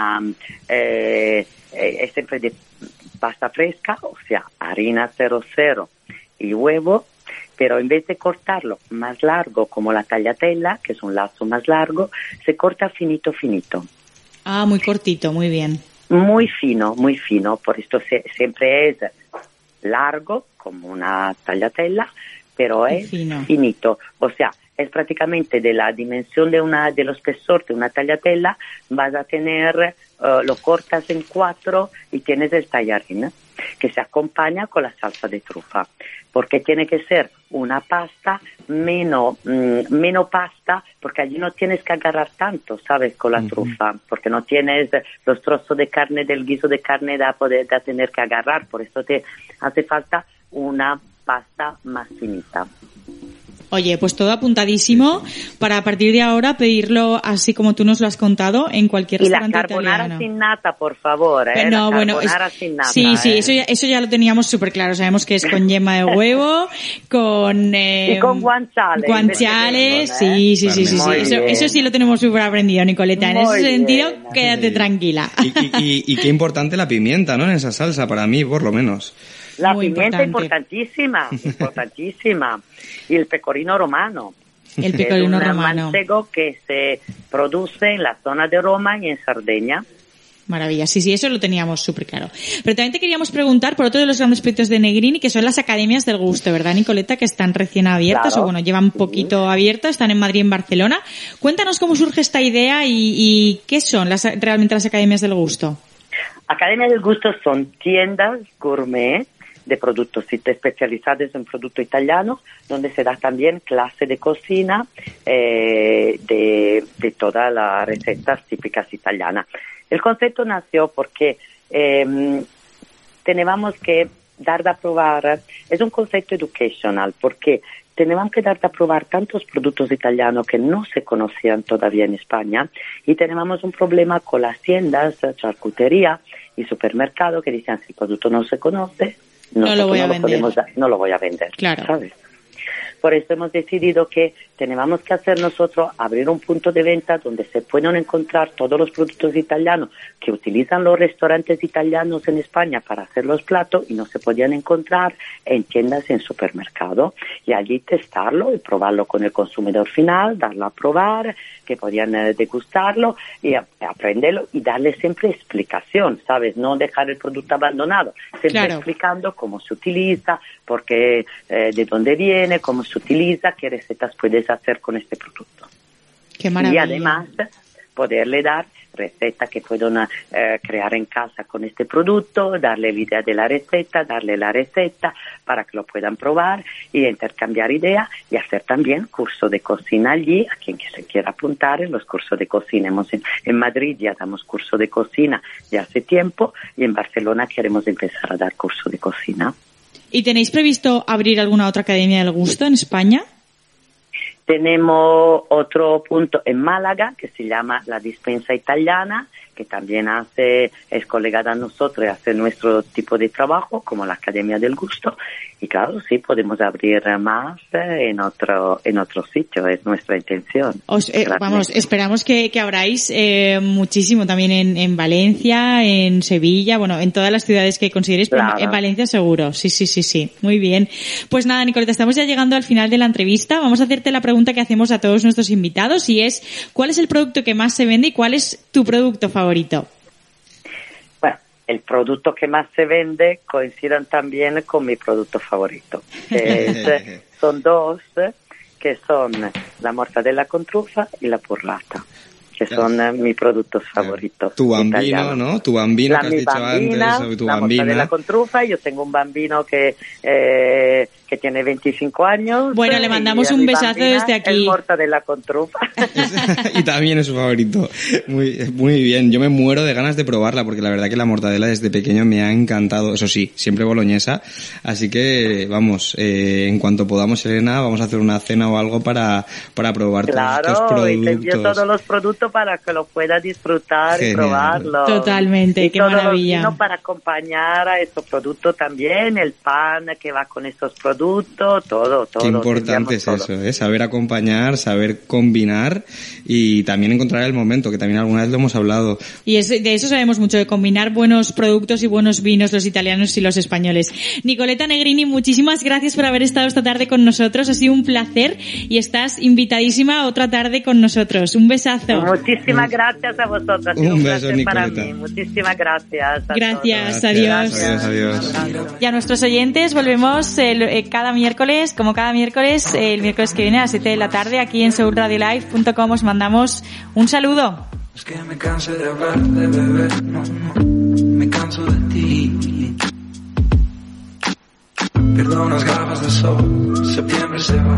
es siempre de pasta fresca, o sea, harina 00 y huevo, pero en vez de cortarlo más largo como la tagliatella, que es un lazo más largo, se corta finito. Ah, muy cortito, muy bien. Muy fino, por esto siempre es largo como una tagliatella, pero es finito, o sea, es prácticamente de la dimensión de los espesor de una tagliatella, vas a tener, lo cortas en 4 y tienes el tallarín, que se acompaña con la salsa de trufa, porque tiene que ser una pasta menos pasta, porque allí no tienes que agarrar tanto, ¿sabes? Con la trufa, porque no tienes los trozos de carne del guiso de carne da tener que agarrar, por eso te hace falta una pasta más finita. Oye, pues todo apuntadísimo para a partir de ahora pedirlo así como tú nos lo has contado en cualquier restaurante italiano. Y la carbonara sin nata, por favor, No, la bueno, carbonara sin nata. Sí, eso ya lo teníamos súper claro. Sabemos que es con yema de huevo, con... y con guanciale. Guanciales, sí. Eso sí lo tenemos súper aprendido, Nicoleta. En ese sentido, quédate tranquila. Y qué importante la pimienta, ¿no? En esa salsa, para mí, por lo menos. La pimienta importantísima. Y el pecorino romano. El pecorino romano. Es un manchego que se produce en la zona de Roma y en Sardegna. Maravilla, sí, eso lo teníamos súper claro. Pero también te queríamos preguntar por otro de los grandes proyectos de Negrini, que son las academias del gusto, ¿verdad, Nicoleta? Que están recién abiertas, claro. o bueno, llevan poquito abiertas, están en Madrid y en Barcelona. Cuéntanos cómo surge esta idea y qué son realmente las academias del gusto. Academias del gusto son tiendas gourmet de productos especializados en producto italiano, donde se da también clase de cocina de todas las recetas típicas italianas. El concepto nació porque teníamos que dar a probar, es un concepto educational, porque teníamos que dar a probar tantos productos italianos que no se conocían todavía en España, y teníamos un problema con las tiendas, charcutería y supermercados que decían, si el producto no se conoce, no lo voy a vender. No lo voy a vender, claro. ¿sabes? Por eso hemos decidido que tenemos que hacer nosotros, abrir un punto de venta donde se puedan encontrar todos los productos italianos que utilizan los restaurantes italianos en España para hacer los platos y no se podían encontrar en tiendas, en supermercado, y allí testarlo y probarlo con el consumidor final, darlo a probar, que podían degustarlo y aprenderlo y darle siempre explicación, ¿sabes? No dejar el producto abandonado, siempre explicando cómo se utiliza, por qué, de dónde viene, cómo se utiliza, qué recetas puedes hacer con este producto. Qué maravilla. Y además poderle dar recetas que puedan crear en casa con este producto, darle la idea de la receta, darle la receta para que lo puedan probar y intercambiar ideas, y hacer también curso de cocina allí a quien se quiera apuntar en los cursos de cocina. En Madrid ya damos curso de cocina ya hace tiempo, y en Barcelona queremos empezar a dar curso de cocina. ¿Y tenéis previsto abrir alguna otra academia del gusto en España? Tenemos otro punto en Málaga que se llama La Dispensa Italiana, que también es colega de nosotros y hace nuestro tipo de trabajo, como la Academia del Gusto. Y claro, sí, podemos abrir más en otro sitio, es nuestra intención. Vamos, esperamos que abráis muchísimo también en Valencia, en Sevilla, bueno, en todas las ciudades que consideréis, pero en Valencia seguro. Sí. Muy bien. Pues nada, Nicoleta, estamos ya llegando al final de la entrevista. Vamos a hacerte la pregunta que hacemos a todos nuestros invitados, y es, ¿cuál es el producto que más se vende y cuál es tu producto favorito? Bueno, el producto que más se vende coinciden también con mi producto favorito. Son dos, que son la mortadela con trufa y la burrata, que son mis productos favoritos. Tu bambino, italiano. ¿No? Tu bambino que has dicho antes. Tu la mortadela con trufa. Yo tengo un bambino que tiene 25 años. Bueno, le mandamos un besazo desde aquí. El mortadela con trufa. Y también es su favorito. Muy bien. Yo me muero de ganas de probarla, porque la verdad que la mortadela desde pequeño me ha encantado. Eso sí, siempre boloñesa. Así que, vamos, en cuanto podamos, Elena, vamos a hacer una cena o algo para probar todos estos productos. Y te envío todos los productos para que lo puedas disfrutar. Genial. Y probarlo. Totalmente, qué maravilla. Y todo para acompañar a estos productos también, el pan que va con estos productos. Todo. Qué importante es eso, saber acompañar, saber combinar y también encontrar el momento, que también alguna vez lo hemos hablado. Y de eso sabemos mucho, de combinar buenos productos y buenos vinos los italianos y los españoles. Nicoleta Negrini, muchísimas gracias por haber estado esta tarde con nosotros, ha sido un placer y estás invitadísima otra tarde con nosotros. Un besazo. Muchísimas gracias a vosotros. Un beso, placer Nicoleta. Para mí. Muchísimas gracias. Gracias, adiós. Adiós. Y a nuestros oyentes volvemos cada miércoles, el miércoles que viene a las 7 de la tarde, aquí en soulradiolive.com. Os mandamos un saludo. Es que me canso de hablar, de beber, no, me canso de ti. Pierdo unas gafas de sol, septiembre se va.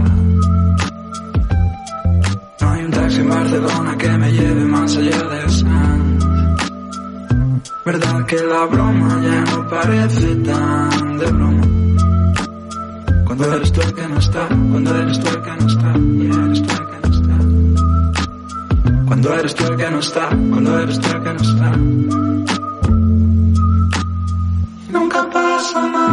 No hay un taxi en Barcelona que me lleve más allá de Sanz. Verdad que la broma ya no parece tan de broma. Cuando eres tú el que no está, cuando eres tú el que no está, y eres tú el que no está. Cuando eres tú el que no está, cuando eres tú el que no está. Nunca pasa nada.